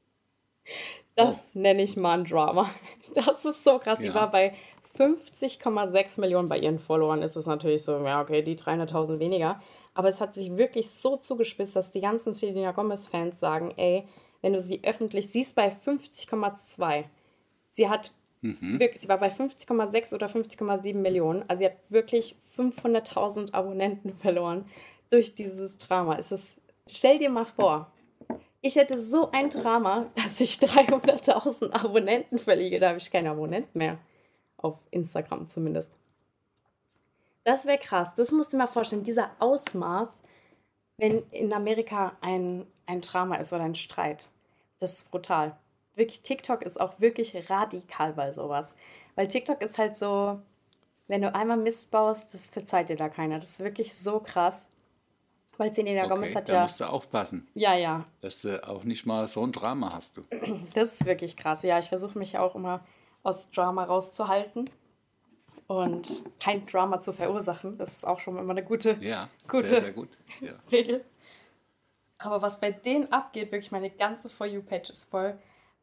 [SPEAKER 2] Oh,
[SPEAKER 3] Das nenne ich mal ein Drama. Das ist so krass. Sie war
[SPEAKER 2] ja,
[SPEAKER 3] bei fünfzig Komma sechs Millionen bei ihren Followern. Ist es natürlich so, ja, okay, die dreihunderttausend weniger. Aber es hat sich wirklich so zugespitzt, dass die ganzen Selena Gomez-Fans sagen, ey, wenn du sie öffentlich siehst, bei fünfzig Komma zwei. Sie hat
[SPEAKER 2] Mhm.
[SPEAKER 3] wirklich, sie war bei fünfzig Komma sechs oder fünfzig Komma sieben Millionen. Also sie hat wirklich fünfhunderttausend Abonnenten verloren durch dieses Drama. Es ist, stell dir mal vor, ich hätte so ein Drama, dass ich dreihunderttausend Abonnenten verliere. Da habe ich keine Abonnenten mehr. Auf Instagram zumindest. Das wäre krass. Das musst du dir mal vorstellen. Dieser Ausmaß, wenn in Amerika ein, ein Drama ist oder ein Streit. Das ist brutal. Wirklich, TikTok ist auch wirklich radikal bei sowas. Weil TikTok ist halt so, wenn du einmal Mist baust, das verzeiht dir da keiner. Das ist wirklich so krass. Weil Selena Gomez
[SPEAKER 2] Okay,
[SPEAKER 3] hat
[SPEAKER 2] da
[SPEAKER 3] ja...
[SPEAKER 2] musst du aufpassen,
[SPEAKER 3] Ja, ja,
[SPEAKER 2] dass du auch nicht mal so ein Drama hast. Du.
[SPEAKER 3] das ist wirklich krass. Ja, ich versuche mich ja auch immer aus Drama rauszuhalten und kein Drama zu verursachen. Das ist auch schon immer eine gute,
[SPEAKER 2] Ja,
[SPEAKER 3] gute
[SPEAKER 2] sehr, sehr gut. Ja.
[SPEAKER 3] Regel. Aber was bei denen abgeht, wirklich meine ganze For You-Page ist voll.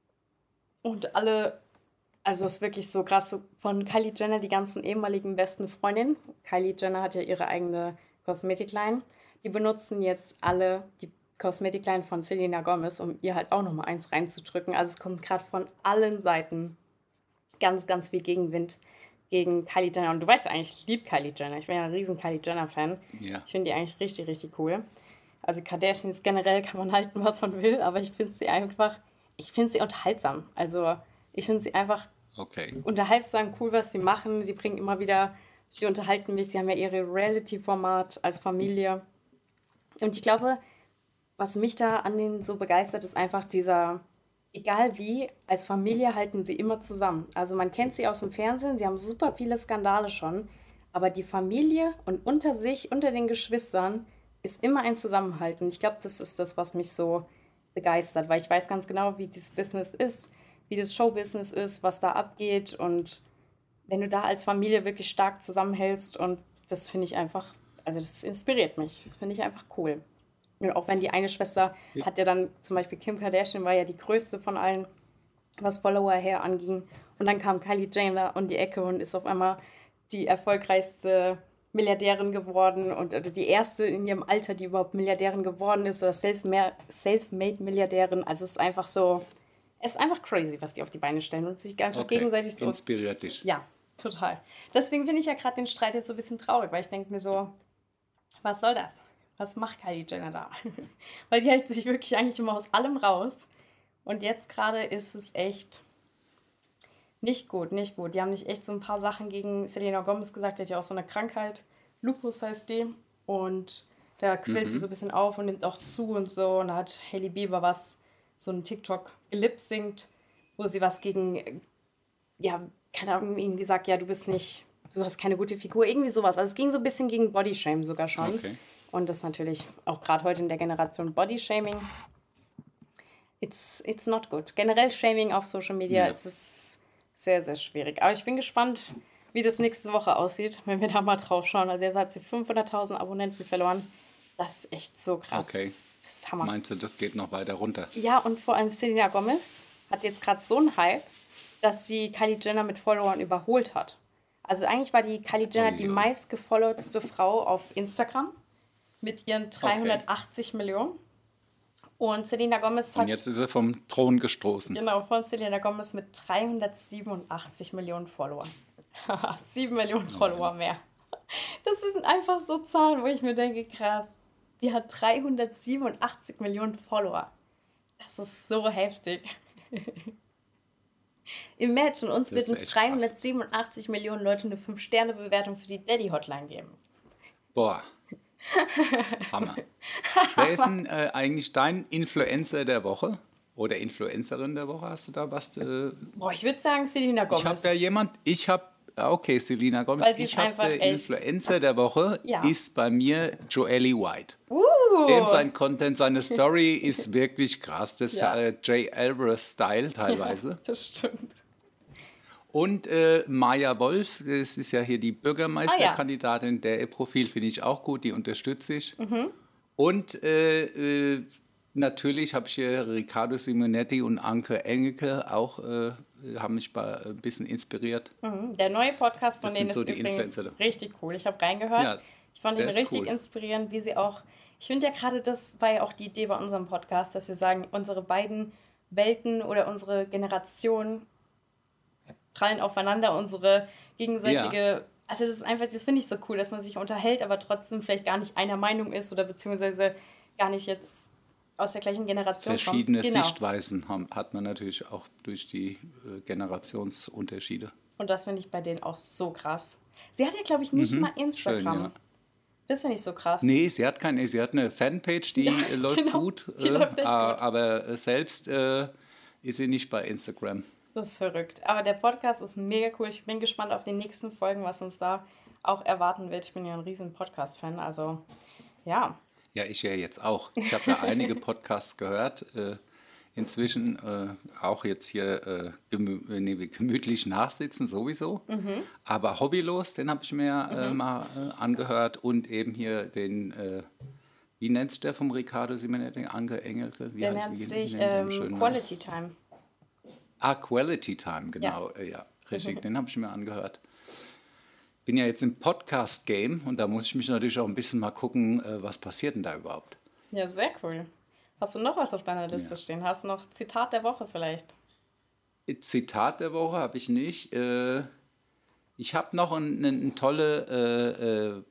[SPEAKER 3] Und alle, also es ist wirklich so krass, so von Kylie Jenner, die ganzen ehemaligen besten Freundinnen. Kylie Jenner hat ja ihre eigene Kosmetikline. Die benutzen jetzt alle die Kosmetikline von Selena Gomez, um ihr halt auch nochmal eins reinzudrücken. Also es kommt gerade von allen Seiten ganz, ganz viel Gegenwind gegen Kylie Jenner. Und du weißt ja eigentlich, ich liebe Kylie Jenner. Ich bin ja ein riesen Kylie Jenner-Fan.
[SPEAKER 2] Ja.
[SPEAKER 3] Ich finde die eigentlich richtig, richtig cool. Also Kardashians generell kann man halten, was man will, aber ich finde sie einfach, ich finde sie unterhaltsam. Also ich finde sie einfach
[SPEAKER 2] Okay.
[SPEAKER 3] unterhaltsam, cool, was sie machen. Sie bringen immer wieder, sie unterhalten mich. Sie haben ja ihre Reality-Format als Familie. Und ich glaube, was mich da an denen so begeistert, ist einfach dieser, egal wie, als Familie halten sie immer zusammen. Also man kennt sie aus dem Fernsehen, sie haben super viele Skandale schon, aber die Familie und unter sich, unter den Geschwistern, ist immer ein Zusammenhalt. Und ich glaube, das ist das, was mich so begeistert, weil ich weiß ganz genau, wie dieses Business ist, wie das Showbusiness ist, was da abgeht. Und wenn du da als Familie wirklich stark zusammenhältst, und das finde ich einfach, also das inspiriert mich. Das finde ich einfach cool. Und auch wenn die eine Schwester
[SPEAKER 2] Ja.
[SPEAKER 3] hat ja dann, zum Beispiel Kim Kardashian war ja die größte von allen, was Follower her anging. Und dann kam Kylie Jenner um die Ecke und ist auf einmal die erfolgreichste Milliardärin geworden und oder die erste in ihrem Alter, die überhaupt Milliardärin geworden ist oder self-ma- self-made-Milliardärin. Also es ist einfach so, es ist einfach crazy, was die auf die Beine stellen und sich einfach
[SPEAKER 2] Okay.
[SPEAKER 3] gegenseitig so...
[SPEAKER 2] Inspiriert dich.
[SPEAKER 3] Ja, total. Deswegen finde ich ja gerade den Streit jetzt so ein bisschen traurig, weil ich denke mir so, was soll das? Was macht Kylie Jenner da? Weil die hält sich wirklich eigentlich immer aus allem raus. Und jetzt gerade ist es echt nicht gut, nicht gut. Die haben nicht echt so ein paar Sachen gegen Selena Gomez gesagt. Die hat ja auch so eine Krankheit. Lupus heißt die. Und da quillt sie so ein bisschen auf und nimmt auch zu und so. Und da hat Hailey Bieber was, so ein TikTok gelip-singt, wo sie was gegen, ja, keine Ahnung, irgendwie sagt, ja, du bist nicht, du hast keine gute Figur, irgendwie sowas. Also es ging so ein bisschen gegen Bodyshaming sogar schon.
[SPEAKER 2] Okay.
[SPEAKER 3] Und das natürlich auch gerade heute in der Generation Bodyshaming. It's, it's not good. Generell Shaming auf Social Media,
[SPEAKER 2] Ja.
[SPEAKER 3] es ist sehr, sehr schwierig. Aber ich bin gespannt, wie das nächste Woche aussieht, wenn wir da mal drauf schauen. Also jetzt hat sie fünfhunderttausend Abonnenten verloren. Das ist echt so krass.
[SPEAKER 2] Okay.
[SPEAKER 3] Das ist Hammer.
[SPEAKER 2] Meinst du, das geht noch weiter runter?
[SPEAKER 3] Ja, und vor allem Selena Gomez hat jetzt gerade so einen Hype, dass sie Kylie Jenner mit Followern überholt hat. Also eigentlich war die Kylie Jenner
[SPEAKER 2] Ui,
[SPEAKER 3] die
[SPEAKER 2] ui.
[SPEAKER 3] meistgefollowtste Frau auf Instagram mit ihren dreihundertachtzig Millionen. Und Selena Gomez hat
[SPEAKER 2] Und jetzt ist er vom Thron gestoßen.
[SPEAKER 3] genau von Selena Gomez mit dreihundertsiebenundachtzig Millionen Followern. Sieben Millionen Follower mehr. Das sind einfach so Zahlen, wo ich mir denke, krass, die hat dreihundertsiebenundachtzig Millionen Follower. Das ist so heftig. Imagine, uns
[SPEAKER 2] Das ist
[SPEAKER 3] würden
[SPEAKER 2] echt krass.
[SPEAKER 3] dreihundertsiebenundachtzig Millionen Leute eine fünf Sterne Bewertung für die Daddy-Hotline geben.
[SPEAKER 2] Boah. Hammer. Wer ist denn äh, eigentlich dein Influencer der Woche? Oder Influencerin der Woche? Hast du da was? Äh,
[SPEAKER 3] Boah, ich würde sagen Selena Gomez.
[SPEAKER 2] ich habe ja jemand, ich habe, okay, Selena Gomez,
[SPEAKER 3] Weil sie ist
[SPEAKER 2] ich habe
[SPEAKER 3] einfach
[SPEAKER 2] der
[SPEAKER 3] echt-
[SPEAKER 2] Influencer der Woche,
[SPEAKER 3] Ja.
[SPEAKER 2] ist bei mir Joelle White.
[SPEAKER 3] uh,
[SPEAKER 2] Dem sein Content, seine Story ist wirklich krass. Das ist
[SPEAKER 3] Ja.
[SPEAKER 2] äh, Jay Alvarez-Style teilweise.
[SPEAKER 3] Ja, das stimmt.
[SPEAKER 2] Und äh, Maya Wolf, das ist ja hier die Bürgermeisterkandidatin, der ihr Profil finde ich auch gut, die unterstütze ich.
[SPEAKER 3] Mhm.
[SPEAKER 2] Und äh, äh, natürlich habe ich hier Riccardo Simonetti und Anke Engelke auch, äh, haben mich bei, ein bisschen inspiriert.
[SPEAKER 3] Mhm. Der neue Podcast von
[SPEAKER 2] Das
[SPEAKER 3] denen
[SPEAKER 2] sind so
[SPEAKER 3] ist
[SPEAKER 2] die
[SPEAKER 3] übrigens
[SPEAKER 2] Influencer.
[SPEAKER 3] richtig cool. Ich habe reingehört.
[SPEAKER 2] Ja,
[SPEAKER 3] ich fand
[SPEAKER 2] der
[SPEAKER 3] ihn
[SPEAKER 2] ist
[SPEAKER 3] richtig
[SPEAKER 2] cool.
[SPEAKER 3] inspirierend, wie sie auch... Ich finde ja gerade, das war ja auch die Idee bei unserem Podcast, dass wir sagen, unsere beiden Welten oder unsere Generation prallen aufeinander, unsere gegenseitige,
[SPEAKER 2] Ja,
[SPEAKER 3] also das ist einfach, das finde ich so cool, dass man sich unterhält, aber trotzdem vielleicht gar nicht einer Meinung ist oder beziehungsweise gar nicht jetzt aus der gleichen Generation kommt.
[SPEAKER 2] verschiedene
[SPEAKER 3] Genau.
[SPEAKER 2] Sichtweisen haben, hat man natürlich auch durch die äh, Generationsunterschiede.
[SPEAKER 3] Und das finde ich bei denen auch so krass. Sie hat ja, glaube ich, nicht
[SPEAKER 2] Mhm.
[SPEAKER 3] mal
[SPEAKER 2] Schön,
[SPEAKER 3] Instagram.
[SPEAKER 2] ja.
[SPEAKER 3] Das finde ich so krass.
[SPEAKER 2] Nee, sie hat keine, sie hat eine Fanpage, die
[SPEAKER 3] Ja,
[SPEAKER 2] äh, läuft
[SPEAKER 3] genau.
[SPEAKER 2] gut,
[SPEAKER 3] Die
[SPEAKER 2] äh,
[SPEAKER 3] läuft echt
[SPEAKER 2] a-
[SPEAKER 3] gut.
[SPEAKER 2] aber äh, selbst äh, ist sie nicht bei Instagram.
[SPEAKER 3] Das ist verrückt. Aber der Podcast ist mega cool. Ich bin gespannt auf die nächsten Folgen, was uns da auch erwarten wird. Ich bin ja ein riesen Podcast-Fan. Also, ja.
[SPEAKER 2] Ja, ich ja jetzt auch. Ich habe ja einige Podcasts gehört. Äh, inzwischen äh, auch jetzt hier äh, gemü nee, gemütlich nachsitzen sowieso. Aber hobbylos, den habe ich mir äh, mal äh, angehört. Und eben hier den, äh, wie nennt sich der vom Ricardo Simonetti, angeengelte? Wie
[SPEAKER 3] Der
[SPEAKER 2] heißt-
[SPEAKER 3] nennt
[SPEAKER 2] wie-
[SPEAKER 3] sich
[SPEAKER 2] wie nennt man
[SPEAKER 3] ähm,
[SPEAKER 2] schön nach?
[SPEAKER 3] Quality Time.
[SPEAKER 2] Ah, Quality Time, genau. Ja, äh, ja richtig, den habe ich mir angehört. Bin ja jetzt im Podcast-Game und da muss ich mich natürlich auch ein bisschen mal gucken, äh, was passiert denn da überhaupt.
[SPEAKER 3] Ja, sehr cool. Hast du noch was auf deiner Liste
[SPEAKER 2] Ja.
[SPEAKER 3] stehen? Hast du noch Zitat der Woche vielleicht?
[SPEAKER 2] Zitat der Woche habe ich nicht. Äh, ich habe noch eine ein, ein tolle äh, äh,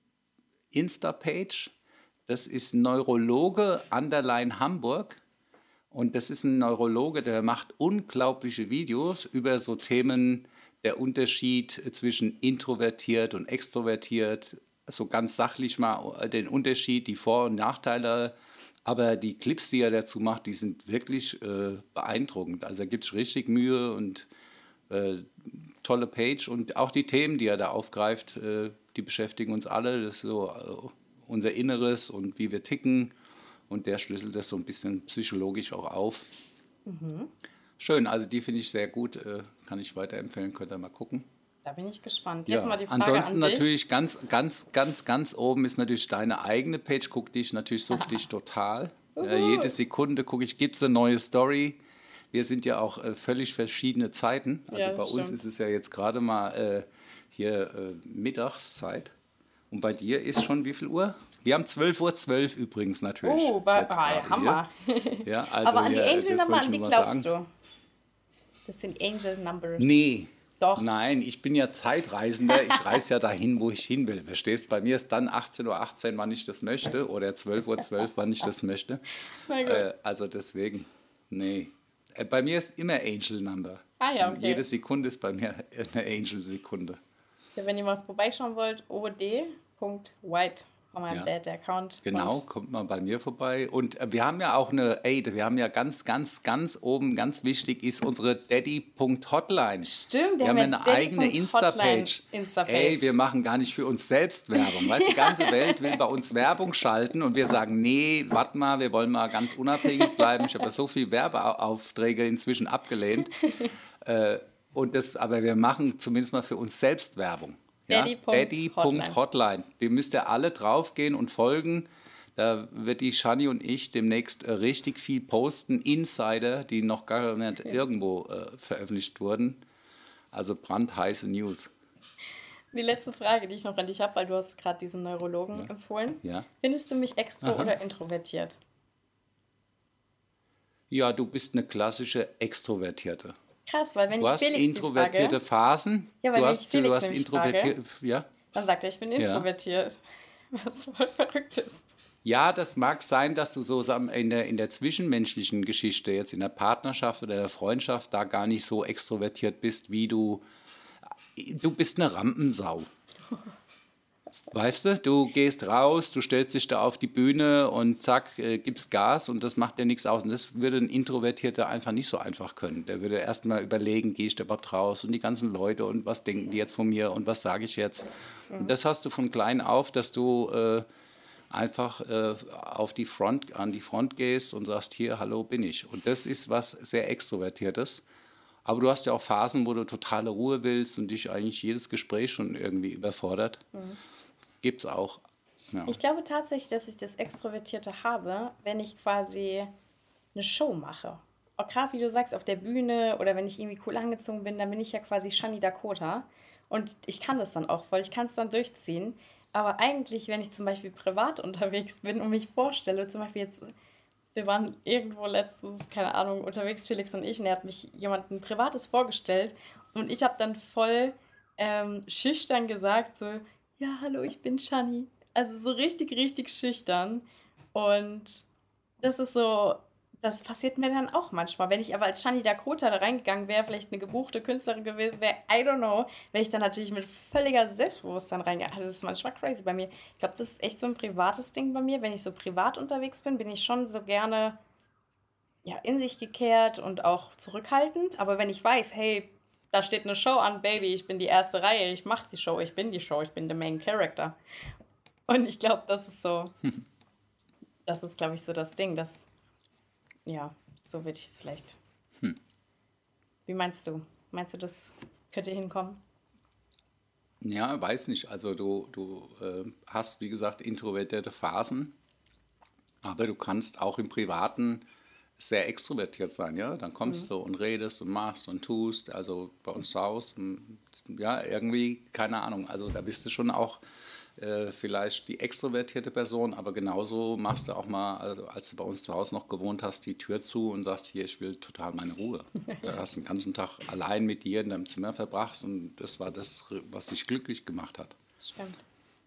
[SPEAKER 2] Insta-Page. Das ist Neurologe Underline Hamburg. Und das ist ein Neurologe, der macht unglaubliche Videos über so Themen, der Unterschied zwischen introvertiert und extrovertiert, so ganz sachlich mal den Unterschied, die Vor- und Nachteile. Aber die Clips, die er dazu macht, die sind wirklich äh, beeindruckend. Also er gibt sich richtig Mühe und äh, tolle Page. Und auch die Themen, die er da aufgreift, äh, die beschäftigen uns alle. Das ist so äh, unser Inneres und wie wir ticken. Und der schlüsselt das so ein bisschen psychologisch auch auf. Schön, also die finde ich sehr gut. Äh, kann ich weiterempfehlen, könnt ihr mal gucken.
[SPEAKER 3] Da bin ich gespannt. Jetzt
[SPEAKER 2] Ja,
[SPEAKER 3] mal die Frage
[SPEAKER 2] ansonsten
[SPEAKER 3] an dich.
[SPEAKER 2] natürlich ganz, ganz, ganz, ganz oben ist natürlich deine eigene Page. Guck dich natürlich, sucht dich total. Äh, jede Sekunde gucke ich, gibt es eine neue Story. Wir sind ja auch äh, völlig verschiedene Zeiten. Also
[SPEAKER 3] Ja,
[SPEAKER 2] bei
[SPEAKER 3] das
[SPEAKER 2] uns
[SPEAKER 3] stimmt.
[SPEAKER 2] ist es ja jetzt gerade mal äh, hier äh, Mittagszeit. Und bei dir ist schon wie viel Uhr? Wir haben zwölf Uhr zwölf übrigens natürlich.
[SPEAKER 3] Oh, bei,
[SPEAKER 2] jetzt
[SPEAKER 3] ah,
[SPEAKER 2] gerade
[SPEAKER 3] Hammer.
[SPEAKER 2] Hier. Ja, also
[SPEAKER 3] Aber an die
[SPEAKER 2] hier,
[SPEAKER 3] Angel
[SPEAKER 2] das
[SPEAKER 3] Number,
[SPEAKER 2] wollte
[SPEAKER 3] an
[SPEAKER 2] ich
[SPEAKER 3] die
[SPEAKER 2] nur mal
[SPEAKER 3] glaubst
[SPEAKER 2] sagen.
[SPEAKER 3] du? Das sind Angel Numbers.
[SPEAKER 2] Nee.
[SPEAKER 3] Doch.
[SPEAKER 2] Nein, ich bin ja Zeitreisender. Ich reise ja dahin, wo ich hin will. Verstehst? Bei mir ist dann achtzehn Uhr achtzehn, wann ich das möchte, oder zwölf Uhr zwölf, wann ich das möchte.
[SPEAKER 3] Na gut.
[SPEAKER 2] Äh, also deswegen, nee. Äh, Bei mir ist immer Angel Number.
[SPEAKER 3] Ah ja, okay.
[SPEAKER 2] Jede Sekunde ist bei mir eine Angel-Sekunde.
[SPEAKER 3] Ja, wenn ihr mal vorbeischauen wollt, o d punkt white von meinem
[SPEAKER 2] Ja.
[SPEAKER 3] Dad, der Account.
[SPEAKER 2] Genau,
[SPEAKER 3] Und
[SPEAKER 2] kommt mal bei mir vorbei. Und äh, wir haben ja auch eine, ey, wir haben ja ganz, ganz, ganz oben, ganz wichtig ist unsere Daddy.Hotline.
[SPEAKER 3] Stimmt,
[SPEAKER 2] Wir haben ja eine eigene Insta-Page.
[SPEAKER 3] Insta-Page.
[SPEAKER 2] Ey, wir machen gar nicht für uns selbst Werbung. Weißt, die ganze Welt will bei uns Werbung schalten und wir sagen, nee, warte mal, wir wollen mal ganz unabhängig bleiben. Ich habe so viele Werbeaufträge inzwischen abgelehnt. Äh, und das, aber wir machen zumindest mal für uns selbst Werbung. Ja?
[SPEAKER 3] Daddy.Hotline.
[SPEAKER 2] Daddy.Hotline. Dem müsst ihr alle draufgehen und folgen. Da wird die Shani und ich demnächst äh, richtig viel posten. Insider, die noch gar nicht irgendwo äh, veröffentlicht wurden. Also brandheiße News.
[SPEAKER 3] Die letzte Frage, die ich noch an dich habe, weil du hast gerade diesen Neurologen empfohlen.
[SPEAKER 2] Ja.
[SPEAKER 3] Findest du mich extro
[SPEAKER 2] Aha.
[SPEAKER 3] oder introvertiert?
[SPEAKER 2] Ja, du bist eine klassische Extrovertierte.
[SPEAKER 3] Krass, weil wenn
[SPEAKER 2] Du
[SPEAKER 3] ich
[SPEAKER 2] hast
[SPEAKER 3] Felix
[SPEAKER 2] introvertierte
[SPEAKER 3] die frage,
[SPEAKER 2] Phasen.
[SPEAKER 3] Ja, weil
[SPEAKER 2] du
[SPEAKER 3] wenn
[SPEAKER 2] hast,
[SPEAKER 3] ich Felix
[SPEAKER 2] du hast
[SPEAKER 3] nämlich
[SPEAKER 2] introvertierte. Ja?
[SPEAKER 3] dann sagt er, ich bin
[SPEAKER 2] Ja.
[SPEAKER 3] introvertiert. Was voll verrückt ist.
[SPEAKER 2] Ja, das mag sein, dass du so sam- in der, in der zwischenmenschlichen Geschichte, jetzt in der Partnerschaft oder der Freundschaft, da gar nicht so extrovertiert bist, wie du. Du bist eine Rampensau. Weißt du, du gehst raus, du stellst dich da auf die Bühne und zack, äh, gibst Gas und das macht dir nichts aus. Und das würde ein Introvertierter einfach nicht so einfach können. Der würde erst mal überlegen, gehe ich da überhaupt raus und die ganzen Leute und was denken die jetzt von mir und was sage ich jetzt. Und das hast du von klein auf, dass du äh, einfach äh, auf die Front, an die Front gehst und sagst, hier, hallo, bin ich. Und das ist was sehr Extrovertiertes. Aber du hast ja auch Phasen, wo du totale Ruhe willst und dich eigentlich jedes Gespräch schon irgendwie überfordert. Gibt's auch. Ja.
[SPEAKER 3] Ich glaube tatsächlich, dass ich das Extrovertierte habe, wenn ich quasi eine Show mache. Auch gerade wie du sagst, auf der Bühne oder wenn ich irgendwie cool angezogen bin, dann bin ich ja quasi Shani Dakota. Und ich kann das dann auch voll, ich kann es dann durchziehen. Aber eigentlich, wenn ich zum Beispiel privat unterwegs bin und mich vorstelle, zum Beispiel jetzt, wir waren irgendwo letztens, keine Ahnung, unterwegs, Felix und ich, und er hat mich jemandem Privates vorgestellt und ich habe dann voll ähm, schüchtern gesagt, so, ja, hallo, ich bin Shani. Also so richtig, richtig schüchtern. Und das ist so, das passiert mir dann auch manchmal. Wenn ich aber als Shani Dakota da reingegangen wäre, vielleicht eine gebuchte Künstlerin gewesen wäre, I don't know, wäre ich dann natürlich mit völliger Selbstbewusstsein reingegangen. Also das ist manchmal crazy bei mir. Ich glaube, das ist echt so ein privates Ding bei mir. Wenn ich so privat unterwegs bin, bin ich schon so gerne ja, in sich gekehrt und auch zurückhaltend. Aber wenn ich weiß, hey, da steht eine Show an, Baby, ich bin die erste Reihe, ich mache die Show, ich bin die Show, ich bin der Main Character. Und ich glaube, das ist so, das ist, glaube ich, so das Ding, dass, ja, so würde ich es vielleicht.
[SPEAKER 2] Hm.
[SPEAKER 3] Wie meinst du? Meinst du, das könnte hinkommen?
[SPEAKER 2] Ja, weiß nicht. Also du, du äh, hast, wie gesagt, introvertierte Phasen, aber du kannst auch im Privaten sehr extrovertiert sein, ja. Dann kommst mhm. du und redest und machst und tust. Also bei uns zu Hause, ja, irgendwie, keine Ahnung. Also da bist du schon auch äh, vielleicht die extrovertierte Person, aber genauso machst du auch mal, also als du bei uns zu Hause noch gewohnt hast, die Tür zu und sagst, hier, ich will total meine Ruhe. Du hast den ganzen Tag allein mit dir in deinem Zimmer verbracht und das war das, was dich glücklich gemacht hat.
[SPEAKER 3] Das stimmt.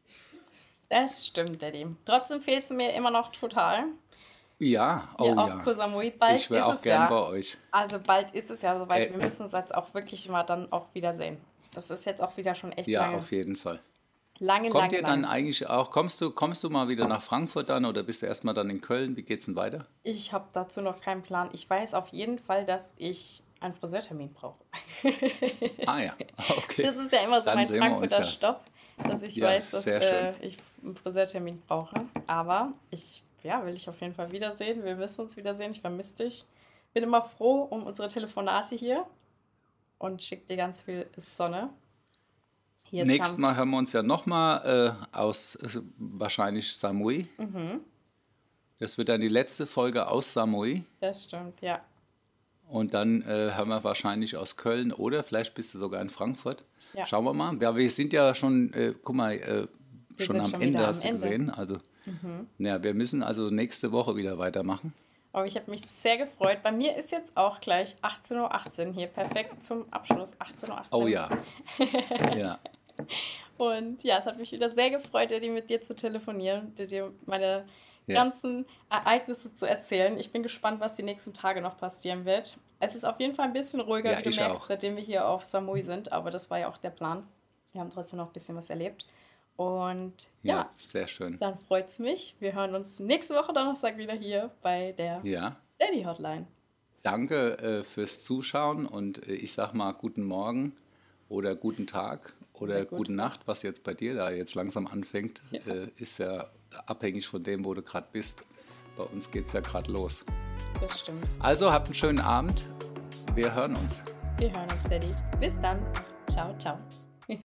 [SPEAKER 3] Das stimmt, Daddy. Trotzdem fehlst du mir immer noch total.
[SPEAKER 2] Ja, oh
[SPEAKER 3] ja.
[SPEAKER 2] ja.
[SPEAKER 3] Auf Koh Samui. Bald
[SPEAKER 2] ich wäre
[SPEAKER 3] ist
[SPEAKER 2] auch
[SPEAKER 3] es
[SPEAKER 2] gern
[SPEAKER 3] ja.
[SPEAKER 2] bei euch.
[SPEAKER 3] Also bald ist es ja soweit.
[SPEAKER 2] Äh,
[SPEAKER 3] Wir müssen uns jetzt auch wirklich mal dann auch wiedersehen. Das ist jetzt auch wieder schon echt
[SPEAKER 2] ja,
[SPEAKER 3] lange.
[SPEAKER 2] Ja, auf jeden Fall.
[SPEAKER 3] Lange,
[SPEAKER 2] Kommt
[SPEAKER 3] lange,
[SPEAKER 2] ihr dann
[SPEAKER 3] lange.
[SPEAKER 2] eigentlich auch, kommst du, kommst du mal wieder nach Frankfurt dann oder bist du erstmal dann in Köln? Wie geht's denn weiter?
[SPEAKER 3] Ich habe dazu noch keinen Plan. Ich weiß auf jeden Fall, dass ich einen Friseurtermin brauche.
[SPEAKER 2] Ah ja, okay.
[SPEAKER 3] Das ist ja immer so
[SPEAKER 2] Dann
[SPEAKER 3] mein
[SPEAKER 2] sehen wir uns,
[SPEAKER 3] Frankfurter
[SPEAKER 2] ja.
[SPEAKER 3] Stopp, dass ich
[SPEAKER 2] Ja,
[SPEAKER 3] weiß, dass
[SPEAKER 2] sehr
[SPEAKER 3] äh,
[SPEAKER 2] schön.
[SPEAKER 3] ich einen Friseurtermin brauche. Aber ich, ja, will ich auf jeden Fall wiedersehen. Wir müssen uns wiedersehen. Ich vermisse dich. Bin immer froh um unsere Telefonate hier und schicke dir ganz viel Sonne. Hier
[SPEAKER 2] Nächstes
[SPEAKER 3] kam,
[SPEAKER 2] Mal hören wir uns ja nochmal äh, aus äh, wahrscheinlich Samui.
[SPEAKER 3] Mhm,
[SPEAKER 2] Das wird dann die letzte Folge aus Samui.
[SPEAKER 3] das stimmt, ja.
[SPEAKER 2] Und dann äh, hören wir wahrscheinlich aus Köln oder vielleicht bist du sogar in Frankfurt.
[SPEAKER 3] Ja.
[SPEAKER 2] Schauen wir mal. Ja, wir sind ja schon, äh, guck mal, äh,
[SPEAKER 3] Wir
[SPEAKER 2] schon
[SPEAKER 3] sind
[SPEAKER 2] am
[SPEAKER 3] schon
[SPEAKER 2] Ende,
[SPEAKER 3] wieder
[SPEAKER 2] hast
[SPEAKER 3] am
[SPEAKER 2] du
[SPEAKER 3] Ende.
[SPEAKER 2] gesehen. Also, ja, wir müssen also nächste Woche wieder weitermachen.
[SPEAKER 3] Aber ich habe mich sehr gefreut. Bei mir ist jetzt auch gleich achtzehn Uhr achtzehn hier. Perfekt zum Abschluss. achtzehn Uhr achtzehn.
[SPEAKER 2] Oh ja. ja.
[SPEAKER 3] Und ja, es hat mich wieder sehr gefreut, Eddie, mit dir zu telefonieren, dir meine
[SPEAKER 2] Ja.
[SPEAKER 3] ganzen Ereignisse zu erzählen. Ich bin gespannt, was die nächsten Tage noch passieren wird. Es ist auf jeden Fall ein bisschen ruhiger,
[SPEAKER 2] Ja,
[SPEAKER 3] wie du
[SPEAKER 2] ich
[SPEAKER 3] merkst,
[SPEAKER 2] auch.
[SPEAKER 3] seitdem wir hier auf Samui sind. Aber das war ja auch der Plan. Wir haben trotzdem noch ein bisschen was erlebt. Und
[SPEAKER 2] Ja,
[SPEAKER 3] ja,
[SPEAKER 2] sehr schön.
[SPEAKER 3] dann freut es mich. Wir hören uns nächste Woche Donnerstag wieder hier bei der
[SPEAKER 2] Ja.
[SPEAKER 3] Daddy Hotline.
[SPEAKER 2] Danke äh, fürs Zuschauen und äh, ich sag mal guten Morgen oder guten Tag oder
[SPEAKER 3] Oder gute
[SPEAKER 2] gute Nacht, was jetzt bei dir da jetzt langsam anfängt,
[SPEAKER 3] Ja.
[SPEAKER 2] äh, ist ja abhängig von dem, wo du gerade bist. Bei uns geht es ja gerade los.
[SPEAKER 3] Das stimmt.
[SPEAKER 2] Also habt einen schönen Abend. Wir hören uns.
[SPEAKER 3] Wir hören uns, Daddy. Bis dann. Ciao, ciao.